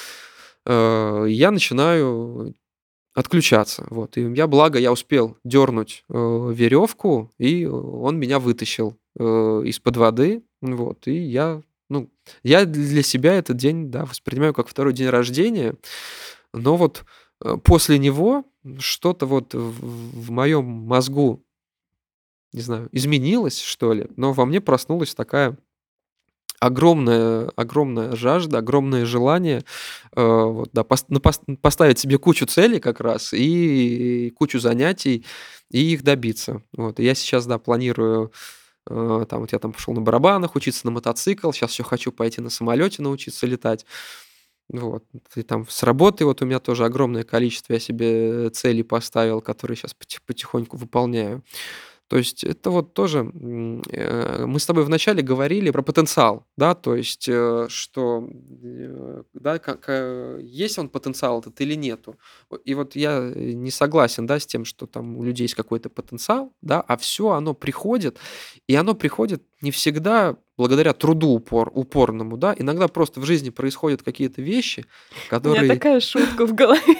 Я начинаю отключаться. Вот. И благо, я успел дернуть веревку, и он меня вытащил из-под воды. Вот. И я для себя этот день, да, воспринимаю как второй день рождения. Но вот после него что-то вот в моем мозгу, не знаю, изменилось, что ли, но во мне проснулась такая огромная жажда, огромное желание вот, да, поставить себе кучу целей как раз и кучу занятий и их добиться. Вот. И я сейчас, да, планирую, там, вот я там пошел на барабанах учиться на мотоцикл, сейчас еще хочу пойти на самолете научиться летать. Вот. И там с работы вот у меня тоже огромное количество я себе целей поставил, которые сейчас потихоньку выполняю. То есть это вот тоже мы с тобой вначале говорили про потенциал, да, то есть что да, есть он потенциал этот или нету. И вот я не согласен, да, с тем, что там у людей есть какой-то потенциал, да, а все оно приходит, и оно приходит не всегда благодаря труду упорному, да, иногда просто в жизни происходят какие-то вещи, У меня которые... такая шутка в голове.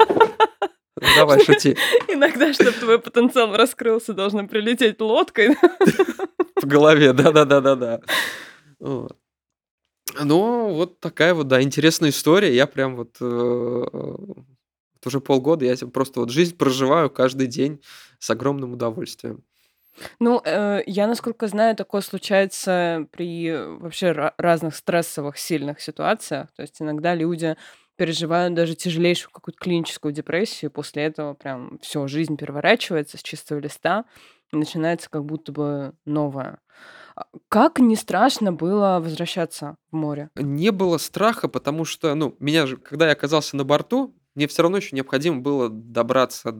Давай, шути. Иногда, чтобы твой потенциал раскрылся, должна прилететь лодкой. В голове, да. Вот. Ну, вот такая вот, да, интересная история. Я прям вот уже полгода, я просто вот жизнь проживаю каждый день с огромным удовольствием. Ну, я, насколько знаю, такое случается при вообще разных стрессовых, сильных ситуациях. То есть иногда люди переживают даже тяжелейшую какую-то клиническую депрессию, и после этого прям все, жизнь переворачивается с чистого листа, и начинается как будто бы новое. Как не страшно было возвращаться в море? Не было страха, потому что, ну, меня же, когда я оказался на борту, мне все равно еще необходимо было добраться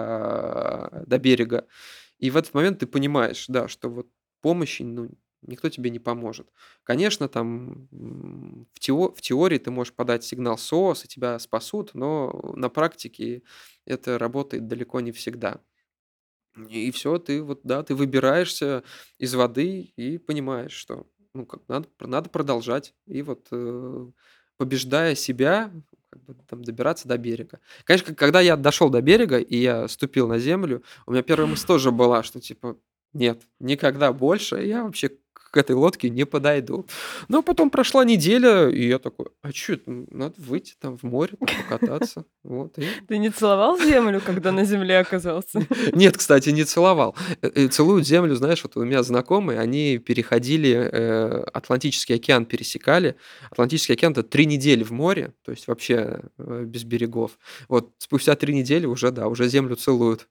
до берега. И в этот момент ты понимаешь, да, что вот помощи, ну, никто тебе не поможет. Конечно, там в теории ты можешь подать сигнал СОС, и тебя спасут, но на практике это работает далеко не всегда. И все, ты вот, да, ты выбираешься из воды и понимаешь, что, ну, как надо продолжать. И вот, побеждая себя, как бы там добираться до берега. Конечно, когда я дошел до берега и я ступил на землю, у меня первая мысль тоже была, что типа: "Нет, никогда больше я вообще к этой лодке не подойду". Но потом прошла неделя, и я такой: "А чё это? Надо выйти там в море, покататься". Вот и Ты не целовал землю, когда на земле оказался? нет, кстати, не целовал. Целуют землю, знаешь, вот у меня знакомые, они переходили, Атлантический океан пересекали. Атлантический океан — это 3 недели в море, то есть вообще, без берегов. Вот спустя 3 недели уже, да, уже землю целуют.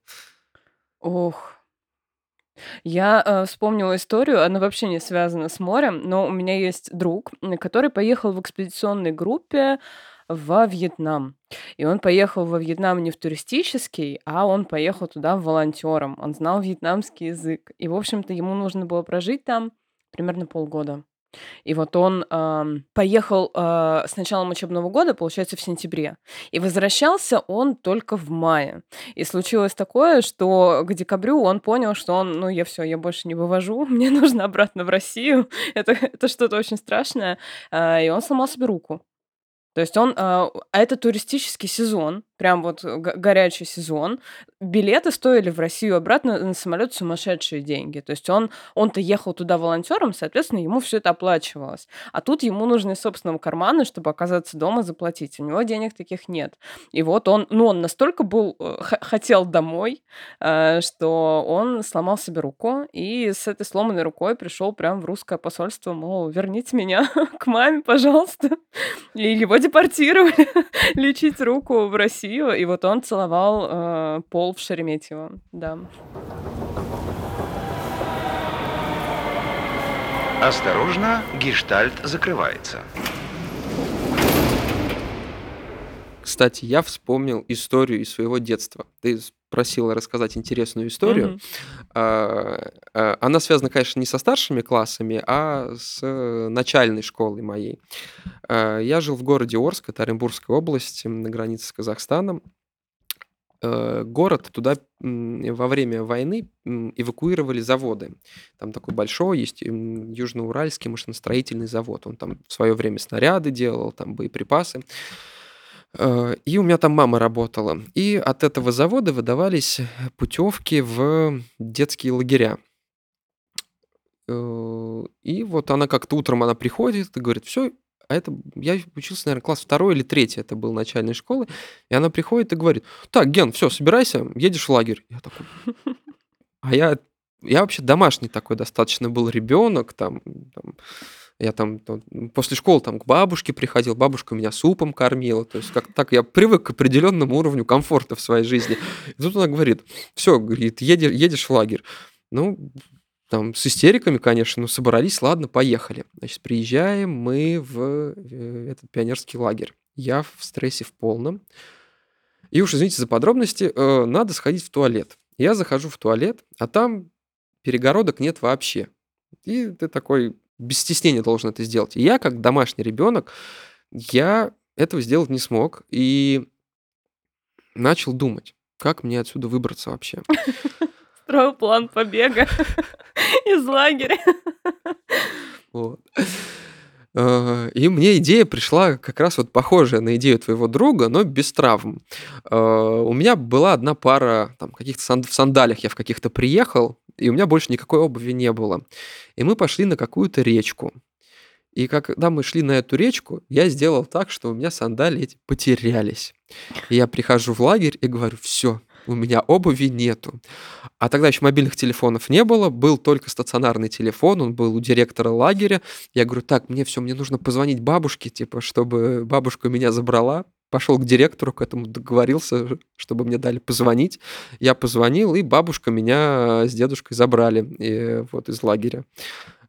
Ох. Я, вспомнила историю, она вообще не связана с морем, но у меня есть друг, который поехал в экспедиционной группе во Вьетнам. И он поехал во Вьетнам не в туристический, а он поехал туда волонтером. Он знал вьетнамский язык. И, в общем-то, ему нужно было прожить там примерно полгода. И вот он, поехал, с началом учебного года, получается, в сентябре. И возвращался он только в мае. И случилось такое, что к декабрю он понял, что он: "Ну, я все, я больше не вывожу, мне нужно обратно в Россию". Это что-то очень страшное. И он сломал себе руку. То есть он, это туристический сезон, прям вот горячий сезон. Билеты стоили в Россию обратно на самолет сумасшедшие деньги. То есть он-то ехал туда волонтером, соответственно, ему все это оплачивалось. А тут ему нужно из собственного кармана, чтобы оказаться дома, заплатить. У него денег таких нет. И вот он настолько был, хотел домой, что он сломал себе руку, и с этой сломанной рукой пришел прям в русское посольство, мол: "Верните меня к маме, пожалуйста". И его депортировали лечить руку в Россию, и вот он целовал, пол в Шереметьево, да. Осторожно, гештальт закрывается. Кстати, я вспомнил историю из своего детства. Ты просила рассказать интересную историю. Мгм. Она связана, конечно, не со старшими классами, а с начальной школой моей. Я жил в городе Орск, это Оренбургская область, на границе с Казахстаном. Город туда во время войны эвакуировали заводы. Там такой большой есть Южноуральский машиностроительный завод. Он там в свое время снаряды делал, там боеприпасы. И у меня там мама работала. И от этого завода выдавались путевки в детские лагеря. И вот она как-то утром она приходит и говорит: "Все, а это я учился, наверное, класс 2 или 3, это был начальной школы". И она приходит и говорит: "Так, Ген, все, собирайся, едешь в лагерь". Я такой, а я вообще домашний такой достаточно был ребенок, я там после школы там к бабушке приходил, бабушка меня супом кормила, то есть как так я привык к определенному уровню комфорта в своей жизни. И тут она говорит: "Все, говорит, едешь в лагерь". Ну, там с истериками, конечно, но собрались, ладно, поехали. Значит, приезжаем мы в этот пионерский лагерь. Я в стрессе в полном. И уж извините за подробности, надо сходить в туалет. Я захожу в туалет, а там перегородок нет вообще. И ты такой без стеснения должен это сделать. И я, как домашний ребенок, я этого сделать не смог и начал думать, как мне отсюда выбраться вообще. Строил план побега из лагеря. Вот. И мне идея пришла как раз вот похожая на идею твоего друга, но без травм. У меня была одна пара там каких-то в сандалях, я в каких-то приехал, и у меня больше никакой обуви не было. И мы пошли на какую-то речку. И когда мы шли на эту речку, я сделал так, что у меня сандалии эти потерялись. И я прихожу в лагерь и говорю: "Все, у меня обуви нету". А тогда еще мобильных телефонов не было, был только стационарный телефон, он был у директора лагеря. Я говорю: "Так, мне нужно позвонить бабушке, типа, чтобы бабушка меня забрала". Пошел к директору, к этому договорился, чтобы мне дали позвонить. Я позвонил, и бабушка меня с дедушкой забрали вот из лагеря.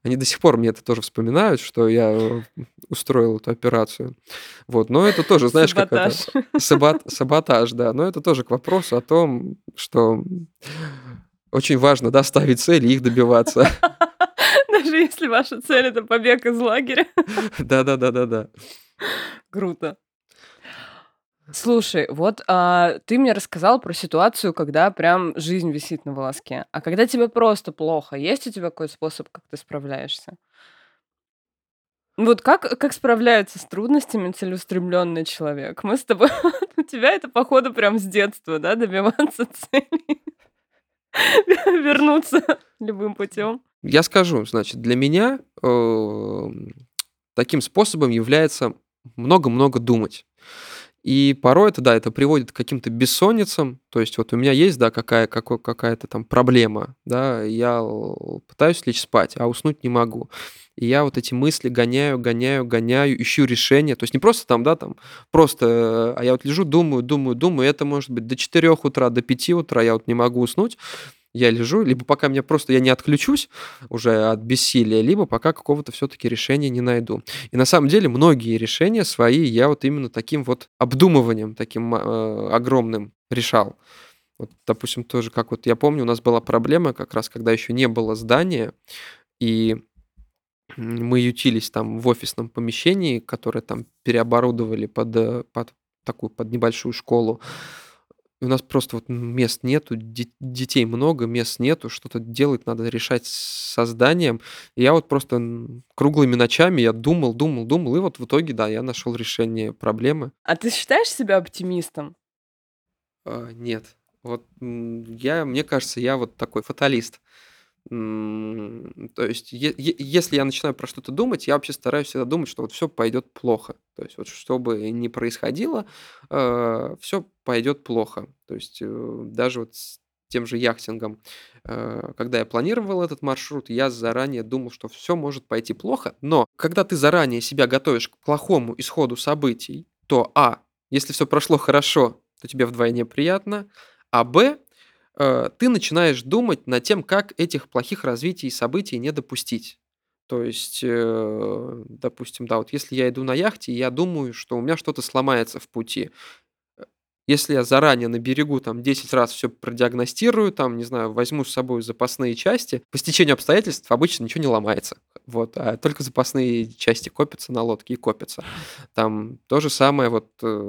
Они до сих пор мне это тоже вспоминают, что я устроил эту операцию. Вот. Но это тоже, знаешь, как это... Саботаж. Саботаж, да. Но это тоже к вопросу о том, что очень важно, да, ставить цели и их добиваться. Даже если ваша цель — это побег из лагеря. Да-да-да-да-да. Круто. Слушай, вот ты мне рассказал про ситуацию, когда прям жизнь висит на волоске. А когда тебе просто плохо, есть у тебя какой-то способ, как ты справляешься? Вот как справляется с трудностями целеустремленный человек? Мы с тобой... У тебя это, походу, прям с детства, да, добиваться цели, вернуться любым путем. Я скажу, значит, для меня таким способом является много-много думать. И порой это, да, это приводит к каким-то бессонницам. То есть вот у меня есть, да, какая-то там проблема, да, я пытаюсь лечь спать, а уснуть не могу. И я вот эти мысли гоняю, ищу решение. То есть не просто там, да, там, просто, а я вот лежу, думаю, и это может быть до 4 утра, до 5 утра я вот не могу уснуть. Я лежу, либо пока меня просто я не отключусь уже от бессилия, либо пока какого-то все-таки решения не найду. И на самом деле многие решения свои я вот именно таким вот обдумыванием, таким огромным решал. Вот, допустим, тоже, как вот я помню, у нас была проблема как раз, когда еще не было здания, и мы ютились там в офисном помещении, которое там переоборудовали под такую, под небольшую школу. И у нас просто вот мест нету, детей много, мест нету, что-то делать надо решать со зданием. И я вот просто круглыми ночами я думал, и вот в итоге, да, я нашел решение проблемы. А ты считаешь себя оптимистом? Нет. Вот мне кажется, я вот такой фаталист. То есть, если я начинаю про что-то думать, я вообще стараюсь всегда думать, что вот все пойдет плохо. То есть, вот что бы ни происходило, все пойдет плохо. То есть, даже вот с тем же яхтингом, когда я планировал этот маршрут, я заранее думал, что все может пойти плохо. Но когда ты заранее себя готовишь к плохому исходу событий, то если все прошло хорошо, то тебе вдвойне приятно, а ты начинаешь думать над тем, как этих плохих развитий событий не допустить. То есть, допустим, да, вот если я иду на яхте, я думаю, что у меня что-то сломается в пути. Если я заранее на берегу там 10 раз все продиагностирую, там, не знаю, возьму с собой запасные части, по стечению обстоятельств обычно ничего не ломается. Вот, а только запасные части копятся на лодке и копятся. Там то же самое, вот,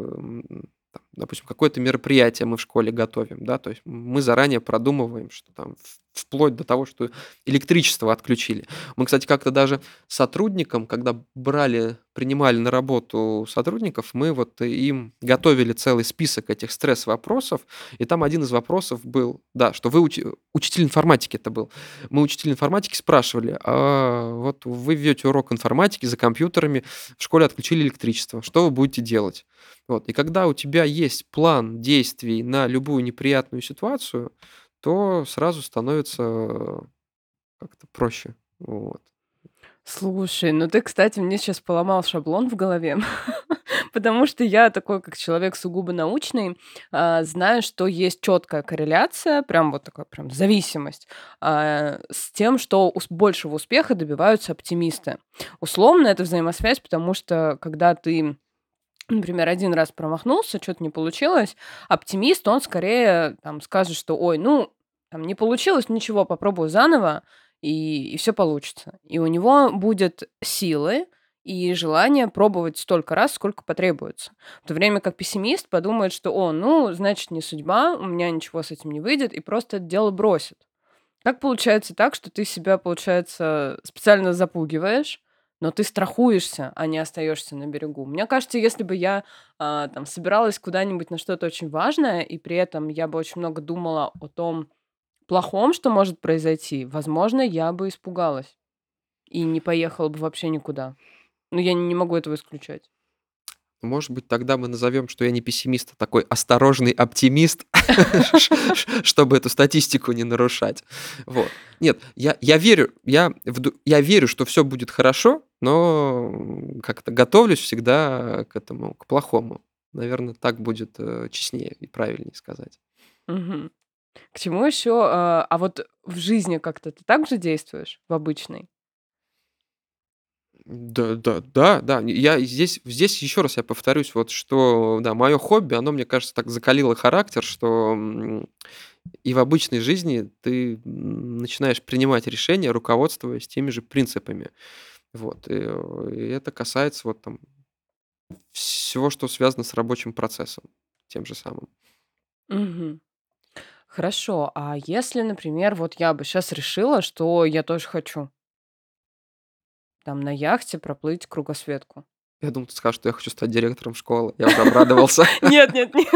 там, допустим, какое-то мероприятие мы в школе готовим, да, то есть мы заранее продумываем, что там вплоть до того, что электричество отключили. Мы, кстати, как-то даже сотрудникам, когда принимали на работу сотрудников, мы вот им готовили целый список этих стресс-вопросов, и там один из вопросов был, да, что вы учитель информатики это был. Мы учителя информатики спрашивали, вот вы ведете урок информатики за компьютерами, в школе отключили электричество, что вы будете делать? Вот. И когда у тебя есть план действий на любую неприятную ситуацию, то сразу становится как-то проще. Вот. Слушай, ну ты, кстати, мне сейчас поломал шаблон в голове, потому что я такой, как человек сугубо научный, знаю, что есть четкая корреляция, прям вот такая прям зависимость с тем, что большего успеха добиваются оптимисты. Условно это взаимосвязь, потому что когда ты, например, один раз промахнулся, что-то не получилось, оптимист, он скорее там скажет, что, ой, ну, там не получилось, ничего, попробую заново, и все получится. И у него будет силы и желание пробовать столько раз, сколько потребуется. В то время как пессимист подумает, что, ну, значит, не судьба, у меня ничего с этим не выйдет, и просто это дело бросит. Как получается так, что ты себя, получается, специально запугиваешь, но ты страхуешься, а не остаешься на берегу? Мне кажется, если бы я там собиралась куда-нибудь на что-то очень важное, и при этом я бы очень много думала о том плохом, что может произойти, возможно, я бы испугалась и не поехала бы вообще никуда. Но я не могу этого исключать. Может быть, тогда мы назовем, что я не пессимист, а такой осторожный оптимист, чтобы эту статистику не нарушать. Вот. Нет, я верю, что все будет хорошо, но как-то готовлюсь всегда к этому, к плохому. Наверное, так будет честнее и правильнее сказать. Мгм. К чему еще? А вот в жизни как-то ты так же действуешь, в обычной? Да. Я здесь еще раз я повторюсь, вот что, да, мое хобби, оно, мне кажется, так закалило характер, что и в обычной жизни ты начинаешь принимать решения, руководствуясь теми же принципами. Вот. И это касается вот там всего, что связано с рабочим процессом, тем же самым. Мгм. Хорошо, а если, например, вот я бы сейчас решила, что я тоже хочу там на яхте проплыть кругосветку. Я думал, ты скажешь, что я хочу стать директором школы. Я уже обрадовался. Нет, нет, нет.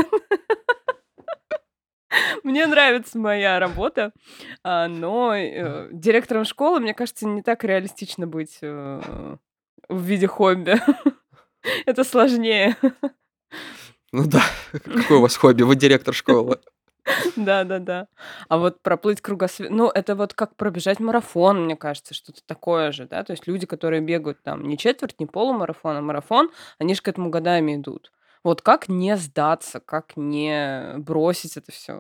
Мне нравится моя работа, но, директором школы, мне кажется, не так реалистично быть, в виде хобби. Это сложнее. Ну да, какое у вас хобби? Вы директор школы. Да-да-да. А вот проплыть ну, это вот как пробежать марафон, мне кажется, что-то такое же, да. То есть люди, которые бегают там не четверть, не полумарафон, а марафон, они же к этому годами идут. Вот как не сдаться, как не бросить это все?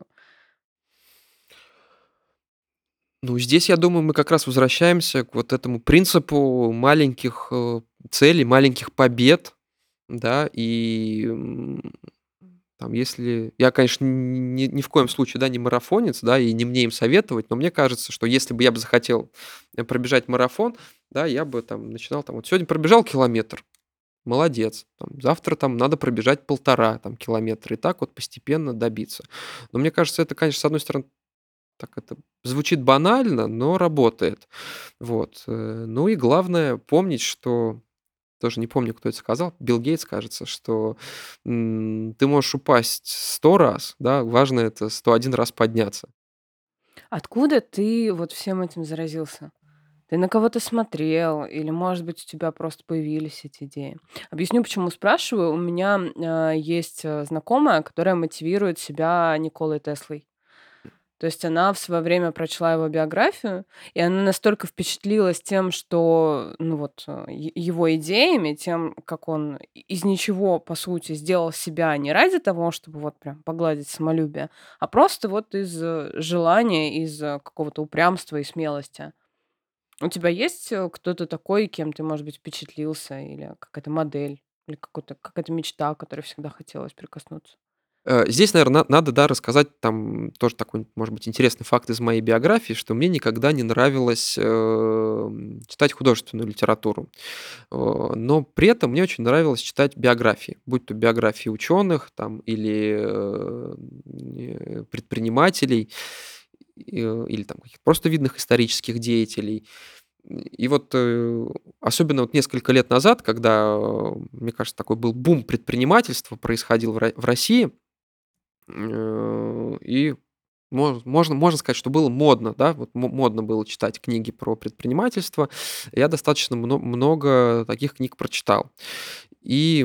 Ну, здесь, я думаю, мы как раз возвращаемся к вот этому принципу маленьких, целей, маленьких побед, да. И, там, если я, конечно, ни в коем случае, да, не марафонец, да, и не мне им советовать, но мне кажется, что если бы я бы захотел, пробежать марафон, да, я бы там начинал там: вот сегодня пробежал километр, молодец. Там, завтра там надо пробежать 1,5 километра. И так вот постепенно добиться. Но мне кажется, это, конечно, с одной стороны, так это звучит банально, но работает. Вот. Ну и главное помнить, что тоже не помню, кто это сказал, Билл Гейтс, кажется, что ты можешь упасть 100 раз, да, важно это 101 раз подняться. Откуда ты вот всем этим заразился? Ты на кого-то смотрел или, может быть, у тебя просто появились эти идеи? Объясню, почему спрашиваю. У меня, есть, знакомая, которая мотивирует себя Николой Теслой. То есть она в свое время прочла его биографию, и она настолько впечатлилась тем, что, ну вот, его идеями, тем, как он из ничего, по сути, сделал себя не ради того, чтобы вот прям погладить самолюбие, а просто вот из желания, из какого-то упрямства и смелости. У тебя есть кто-то такой, кем ты, может быть, впечатлился, или какая-то модель, или какая-то мечта, к которой всегда хотелось прикоснуться? Здесь, наверное, надо, да, рассказать там тоже такой, может быть, интересный факт из моей биографии, что мне никогда не нравилось, читать художественную литературу. Но при этом мне очень нравилось читать биографии, будь то биографии ученых там или, предпринимателей, или там каких-то просто видных исторических деятелей. И вот, особенно вот несколько лет назад, когда, мне кажется, такой был бум предпринимательства происходил в России, и можно сказать, что было модно, да, вот модно было читать книги про предпринимательство. Я достаточно много таких книг прочитал. И,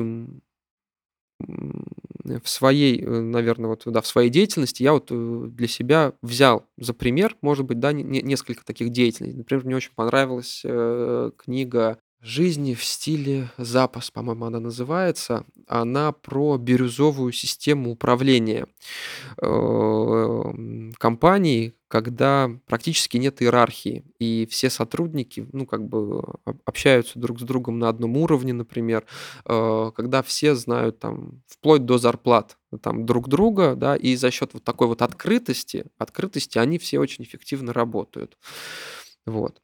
в своей, наверно, вот, да, в своей деятельности я вот, для себя взял за пример, может быть, да, несколько таких деятелей. Например, мне очень понравилась, книга "Жизнь в стиле запас", по-моему, она называется. Она про бирюзовую систему управления, компанией, когда практически нет иерархии, и все сотрудники, ну, как бы общаются друг с другом на одном уровне, например, когда все знают там вплоть до зарплат там друг друга, да, и за счет вот такой вот открытости они все очень эффективно работают. Вот.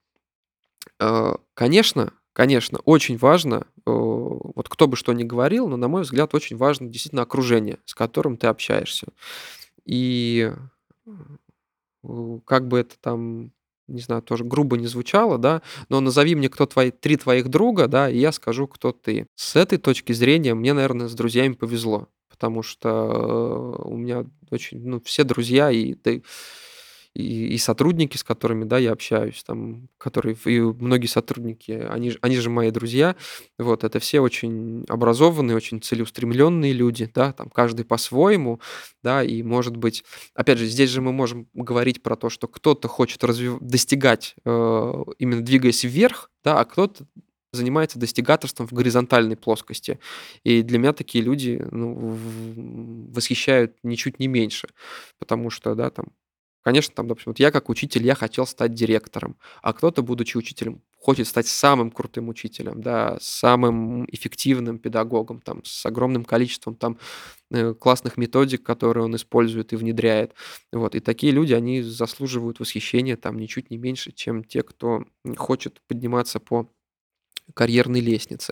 Конечно, очень важно, вот кто бы что ни говорил, но, на мой взгляд, очень важно действительно окружение, с которым ты общаешься. И, как бы это там, не знаю, тоже грубо не звучало, да, но назови мне, кто 3 твоих друга, да, и я скажу, кто ты. С этой точки зрения мне, наверное, с друзьями повезло, потому что, у меня очень, ну, все друзья, и сотрудники, с которыми, да, я общаюсь, там, которые и многие сотрудники, они же мои друзья. Вот, это все очень образованные, очень целеустремленные люди, да, там каждый по-своему, да, и, может быть, опять же, здесь же мы можем говорить про то, что кто-то хочет достигать, именно двигаясь вверх, да, а кто-то занимается достигаторством в горизонтальной плоскости. И для меня такие люди, ну, восхищают ничуть не меньше, потому что, да, там, конечно, там, допустим, вот я как учитель, я хотел стать директором, а кто-то, будучи учителем, хочет стать самым крутым учителем, да, самым эффективным педагогом, там, с огромным количеством там классных методик, которые он использует и внедряет. Вот. И такие люди, они заслуживают восхищения там ничуть не меньше, чем те, кто хочет подниматься по карьерной лестнице.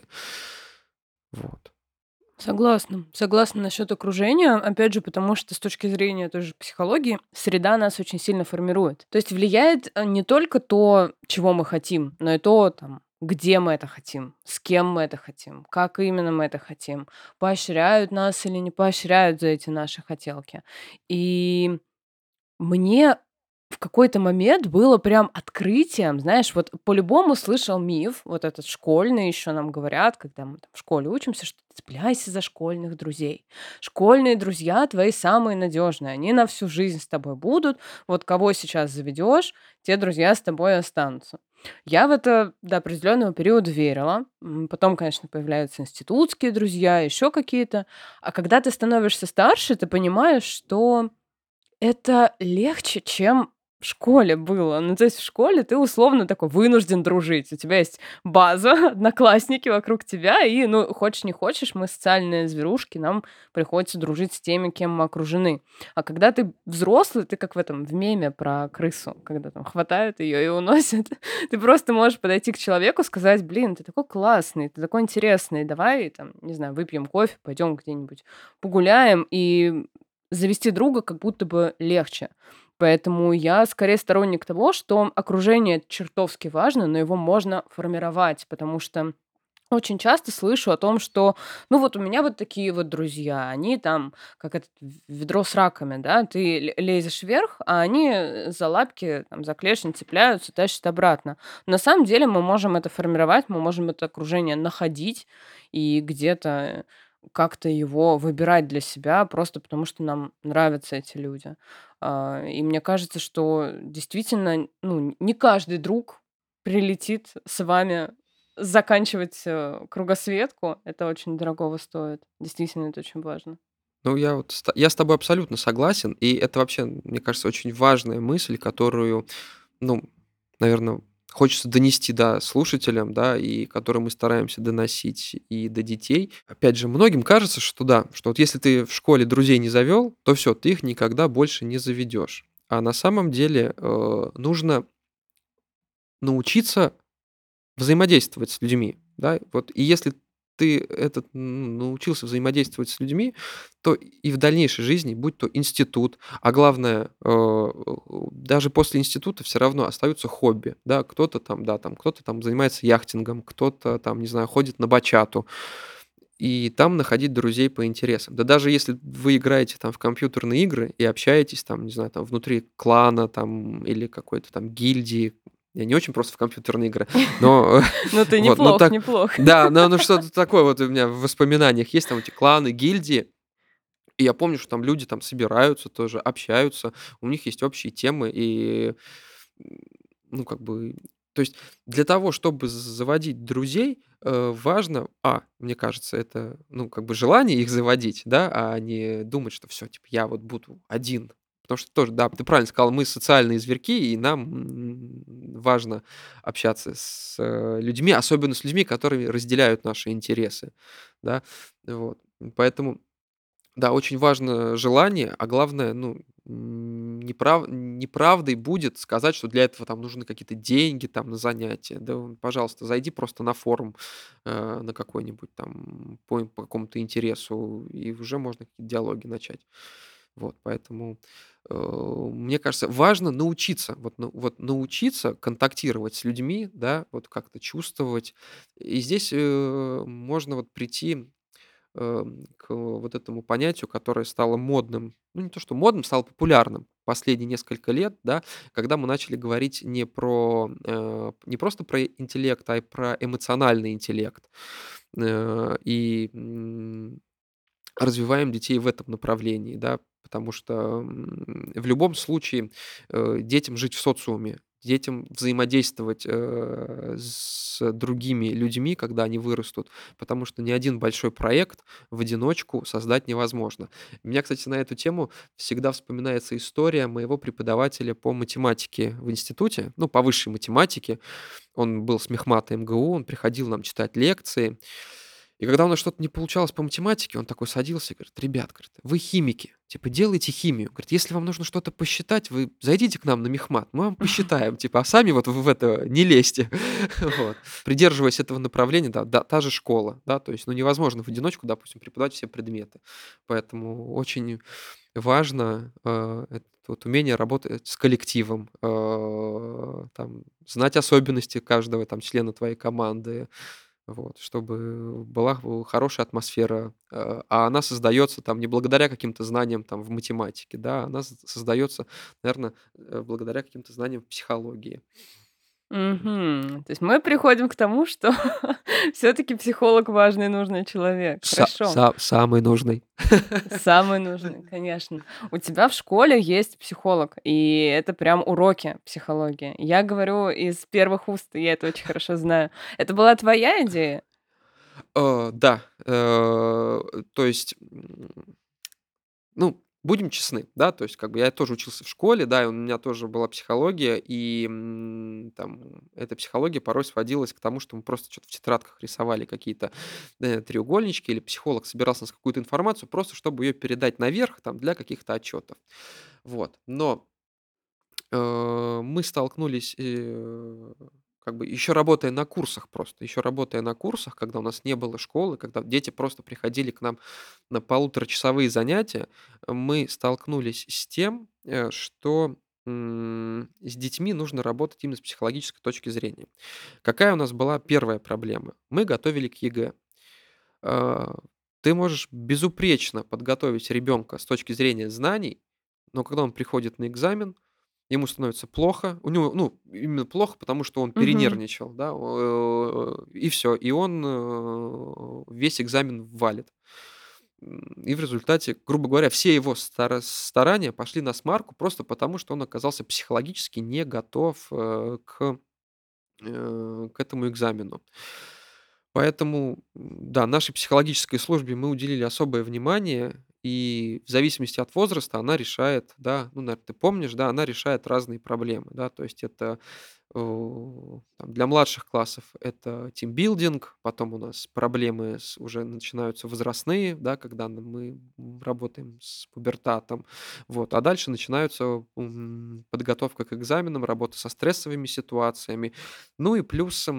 Вот. Согласна. Согласна насчет окружения. Опять же, потому что с точки зрения тоже психологии, среда нас очень сильно формирует. То есть влияет не только то, чего мы хотим, но и то, там, где мы это хотим, с кем мы это хотим, как именно мы это хотим, поощряют нас или не поощряют за эти наши хотелки. И мне в какой-то момент было прям открытием, знаешь, вот по-любому слышал миф, вот этот школьный, еще нам говорят, когда мы там в школе учимся, что цепляйся за школьных друзей. Школьные друзья твои самые надежные, они на всю жизнь с тобой будут. Вот кого сейчас заведешь, те друзья с тобой останутся. Я в это до определенного периода верила. Потом, конечно, появляются институтские друзья, еще какие-то. А когда ты становишься старше, ты понимаешь, что это легче, чем в школе было. Ну, то есть в школе ты условно такой вынужден дружить. У тебя есть база, одноклассники вокруг тебя, и, ну, хочешь не хочешь, мы социальные зверушки, нам приходится дружить с теми, кем мы окружены. А когда ты взрослый, ты как в меме про крысу, когда там хватают ее и уносят. Ты просто можешь подойти к человеку, сказать: блин, ты такой классный, ты такой интересный, давай, там, не знаю, выпьем кофе, пойдем где-нибудь погуляем, и завести друга как будто бы легче. Поэтому я скорее сторонник того, что окружение чертовски важно, но его можно формировать, потому что очень часто слышу о том, что, ну вот у меня вот такие вот друзья, они там, как это ведро с раками, да, ты лезешь вверх, а они за лапки, там, за клешни цепляются, тащат обратно. На самом деле мы можем это формировать, мы можем это окружение находить и где-то как-то его выбирать для себя, просто потому что нам нравятся эти люди. И мне кажется, что действительно, ну, не каждый друг прилетит с вами заканчивать кругосветку. Это очень дорогого стоит. Действительно, это очень важно. Ну, я с тобой абсолютно согласен, и это вообще, мне кажется, очень важная мысль, которую, ну, наверное, хочется донести, да, слушателям, да, и которую мы стараемся доносить и до детей. Опять же, многим кажется, что да, что вот если ты в школе друзей не завел, то все, ты их никогда больше не заведешь. А на самом деле нужно научиться взаимодействовать с людьми, да. Вот, и если ты научился взаимодействовать с людьми, то и в дальнейшей жизни, будь то институт, а главное, даже после института все равно остаются хобби, да. Кто-то там, да, там, кто-то там занимается яхтингом, кто-то там, не знаю, ходит на бачату. И там находить друзей по интересам. Да даже если вы играете там в компьютерные игры и общаетесь там, не знаю, там внутри клана там или какой-то там гильдии. Я не очень просто в компьютерные игры, но Ну, ты вот, ну неплох, так, неплох. да, ну что-то такое вот у меня в воспоминаниях есть, там эти кланы, гильдии. И я помню, что там люди там собираются тоже, общаются, у них есть общие темы, и, ну, как бы, то есть для того, чтобы заводить друзей, важно, мне кажется, это, ну, как бы желание их заводить, да, а не думать, что все, типа, я вот буду один. Потому что тоже, да, ты правильно сказал, мы социальные зверьки, и нам важно общаться с людьми, особенно с людьми, которые разделяют наши интересы, да, вот. Поэтому да, очень важно желание, а главное, ну, неправдой будет сказать, что для этого там нужны какие-то деньги там на занятия. Да, пожалуйста, зайди просто на форум на какой-нибудь там по какому-то интересу, и уже можно какие-то диалоги начать. Вот, поэтому мне кажется, важно научиться, вот научиться контактировать с людьми, да, вот как-то чувствовать. И здесь можно вот прийти к вот этому понятию, которое стало модным. Ну, не то, что модным, стало популярным последние несколько лет, да, когда мы начали говорить не просто про интеллект, а и про эмоциональный интеллект. И развиваем детей в этом направлении, да, потому что в любом случае детям жить в социуме детям взаимодействовать с другими людьми, когда они вырастут, потому что ни один большой проект в одиночку создать невозможно. У меня, кстати, на эту тему всегда вспоминается история моего преподавателя по математике в институте, ну, по высшей математике. Он был с мехмата МГУ, он приходил нам читать лекции. И когда у нас что-то не получалось по математике, он такой садился и говорит: ребят, говорит, вы химики, типа делайте химию. Говорит, если вам нужно что-то посчитать, вы зайдите к нам на мехмат, мы вам посчитаем, типа, а сами вот в это не лезьте. Вот. Придерживаясь этого направления, да, та же школа, да, то есть, ну, невозможно в одиночку, допустим, преподавать все предметы. Поэтому очень важно это вот умение работать с коллективом, там, знать особенности каждого там члена твоей команды, вот, чтобы была хорошая атмосфера. А она создается там не благодаря каким-то знаниям там в математике, да, она создается, наверное, благодаря каким-то знаниям в психологии. Мгм. То есть мы приходим к тому, что все-таки психолог важный, нужный человек. Хорошо. Самый нужный. Самый нужный, конечно. У тебя в школе есть психолог, и это прям уроки психологии. Я говорю из первых уст, я это очень хорошо знаю. Это была твоя идея? Да, то есть, ну, будем честны, да, то есть как бы я тоже учился в школе, да, и у меня тоже была психология, и там эта психология порой сводилась к тому, что мы просто что-то в тетрадках рисовали какие-то треугольнички, или психолог собирал с нас какую-то информацию, просто чтобы ее передать наверх там, для каких-то отчетов. Вот. Но мы столкнулись, как бы еще работая на курсах просто, еще работая на курсах, когда у нас не было школы, когда дети просто приходили к нам на полуторачасовые занятия, мы столкнулись с тем, что с детьми нужно работать именно с психологической точки зрения. Какая у нас была первая проблема? Мы готовили к ЕГЭ. А, Ты можешь безупречно подготовить ребенка с точки зрения знаний, но когда он приходит на экзамен, ему становится плохо. У него, ну, именно плохо, потому что он Мгм. перенервничал, да, и все, и он весь экзамен валит. И в результате, грубо говоря, все его старания пошли на смарку просто потому, что он оказался психологически не готов к этому экзамену. Поэтому, да, нашей психологической службе мы уделили особое внимание, и в зависимости от возраста она решает, да, ну, наверно, ты помнишь, да, она решает разные проблемы, да. То есть это, там для младших классов это тимбилдинг, потом у нас проблемы уже начинаются возрастные, да, когда мы работаем с пубертатом, вот. А дальше начинаются, подготовка к экзаменам, работа со стрессовыми ситуациями. Ну и плюс,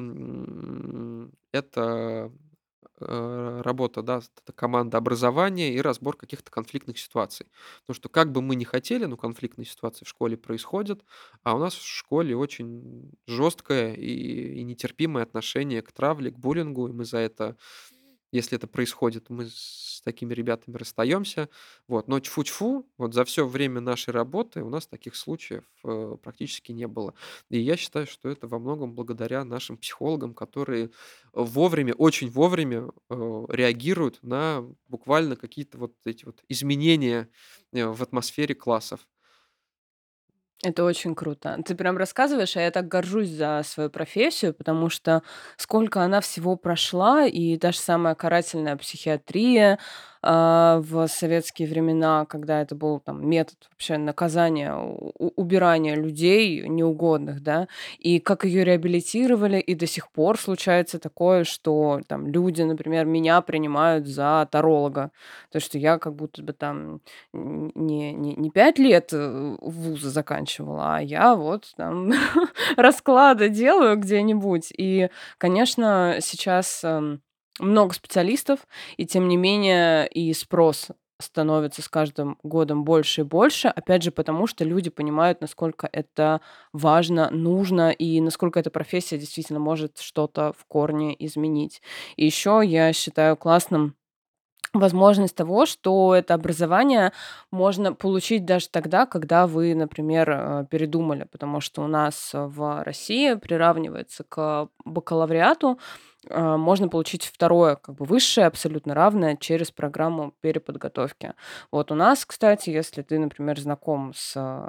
это, работа, да, это команда образования и разбор каких-то конфликтных ситуаций. Потому что как бы мы ни хотели, но конфликтные ситуации в школе происходят, а у нас в школе очень жесткое и нетерпимое отношение к травле, к буллингу, и мы за это, если это происходит, мы с такими ребятами расстаемся. Вот. Но тьфу-тьфу, вот за все время нашей работы у нас таких случаев практически не было. И я считаю, что это во многом благодаря нашим психологам, которые вовремя, очень вовремя реагируют на буквально какие-то вот эти вот изменения в атмосфере классов. Это очень круто. Ты прям рассказываешь, а я так горжусь за свою профессию, потому что сколько она всего прошла, и та же самая карательная психиатрия в советские времена, когда это был там метод вообще наказания, убирания людей неугодных, да, и как ее реабилитировали, и до сих пор случается такое, что там люди, например, меня принимают за таролога, то, что я как будто бы там не 5 лет, вуза заканчивала, а я вот там расклады делаю где-нибудь. И, конечно, сейчас, много специалистов, и тем не менее и спрос становится с каждым годом больше и больше. Опять же, потому что люди понимают, насколько это важно, нужно и насколько эта профессия действительно может что-то в корне изменить. И еще я считаю классным возможность того, что это образование можно получить даже тогда, когда вы, например, передумали, потому что у нас в России приравнивается к бакалавриату, можно получить второе, как бы высшее, абсолютно равное через программу переподготовки. Вот у нас, кстати, если ты, например, знаком с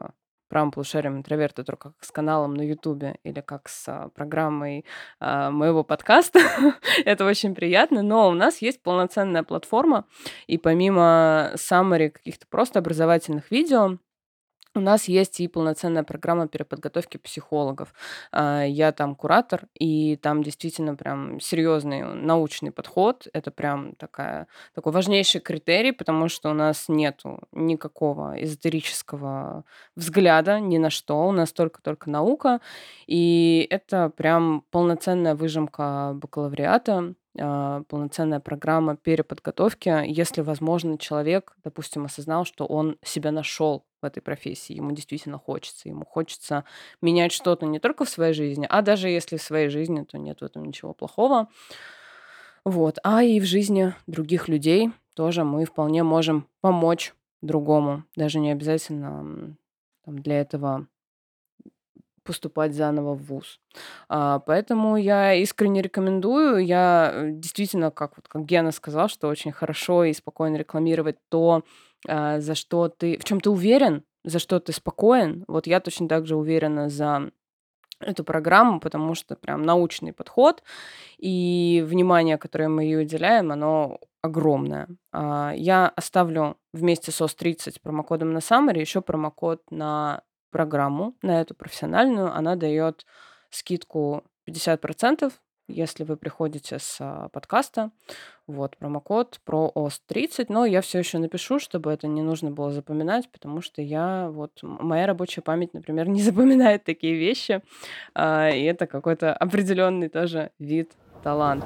правым полушарием интроверта, только как с каналом на Ютубе или как с программой моего подкаста. Это очень приятно, но у нас есть полноценная платформа, и помимо summary каких-то просто образовательных видео, у нас есть и полноценная программа переподготовки психологов. Я там куратор, и там действительно прям серьезный научный подход. Это прям такой важнейший критерий, потому что у нас нету никакого эзотерического взгляда ни на что. У нас только наука, и это прям полноценная выжимка бакалавриата, полноценная программа переподготовки, если, возможно, человек, допустим, осознал, что он себя нашел в этой профессии, ему действительно хочется, ему хочется менять что-то не только в своей жизни, а даже если в своей жизни, то нет в этом ничего плохого. Вот. А и в жизни других людей тоже мы вполне можем помочь другому. Даже не обязательно там, для этого поступать заново в вуз. Поэтому я искренне рекомендую. Я действительно, как Гена сказал, что очень хорошо и спокойно рекламировать то, за что ты, в чем ты уверен, за что ты спокоен. Вот я точно так же уверена за эту программу, потому что прям научный подход и внимание, которое мы ей уделяем, оно огромное. Я оставлю вместе с ОС-30 промокодом на Summary еще промокод на программу, на эту профессиональную. Она дает скидку 50%, если вы приходите с подкаста. Вот, промокод про ОС-30. Но я все еще напишу, чтобы это не нужно было запоминать, потому что моя рабочая память, например, не запоминает такие вещи. И это какой-то определенный тоже вид таланта.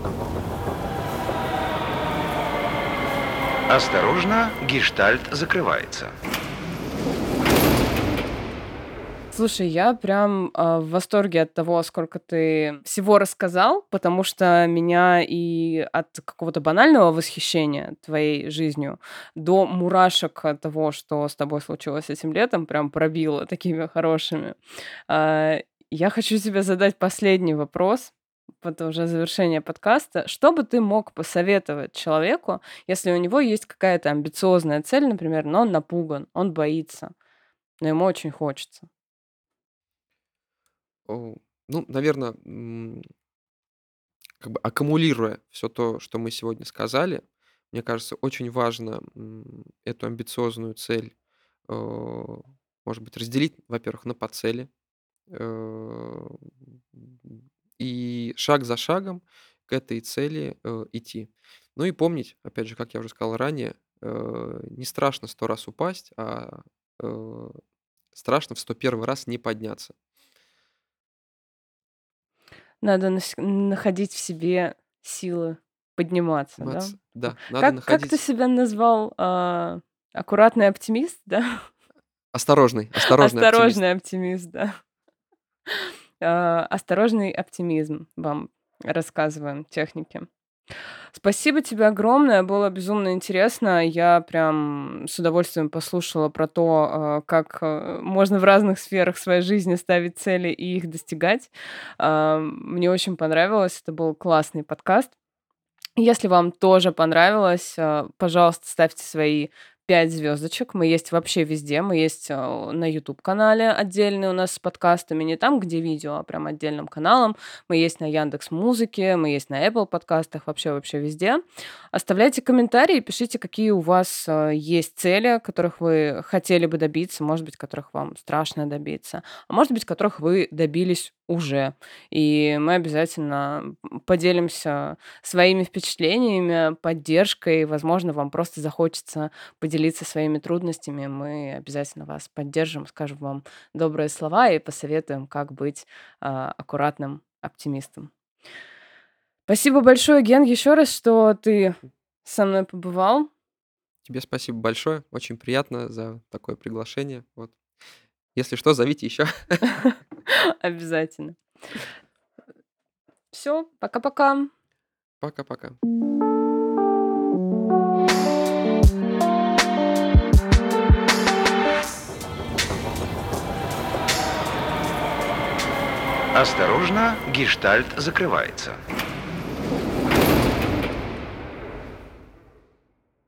Осторожно, гештальт закрывается. Слушай, я прям в восторге от того, сколько ты всего рассказал, потому что меня и от какого-то банального восхищения твоей жизнью до мурашек от того, что с тобой случилось этим летом, прям пробило такими хорошими. Я хочу тебе задать последний вопрос. Это уже завершение подкаста. Что бы ты мог посоветовать человеку, если у него есть какая-то амбициозная цель, например, но он напуган, он боится, но ему очень хочется? Ну, наверное, как бы аккумулируя все то, что мы сегодня сказали, мне кажется, очень важно эту амбициозную цель, может быть, разделить, во-первых, на подцели, э, и шаг за шагом к этой цели идти. Ну и помнить, опять же, как я уже сказал ранее, не страшно 100 раз упасть, а э, страшно в 101 раз не подняться. Надо находить в себе силы подниматься, да? Да, надо Как ты находить себя назвал? Аккуратный оптимист, да? осторожный оптимист. Осторожный оптимист, да. Осторожный оптимизм вам рассказываем техники. Спасибо тебе огромное, было безумно интересно. Я прям с удовольствием послушала про то, как можно в разных сферах своей жизни ставить цели и их достигать. Мне очень понравилось, это был классный подкаст. Если вам тоже понравилось, пожалуйста, ставьте свои 5 звездочек. Мы есть вообще везде. Мы есть на YouTube-канале отдельный у нас с подкастами. Не там, где видео, а прям отдельным каналом. Мы есть на Яндекс.Музыке, мы есть на Apple подкастах, вообще везде. Оставляйте комментарии, пишите, какие у вас есть цели, которых вы хотели бы добиться, может быть, которых вам страшно добиться, а может быть, которых вы добились уже. И мы обязательно поделимся своими впечатлениями, поддержкой. Возможно, вам просто захочется поделиться своими трудностями. Мы обязательно вас поддержим, скажем вам добрые слова и посоветуем, как быть аккуратным оптимистом. Спасибо большое, Ген, еще раз, что ты со мной побывал. Тебе спасибо большое, очень приятно за такое приглашение. Вот. Если что, зовите еще. Обязательно. Все, пока-пока. Пока-пока. Осторожно, гештальт закрывается.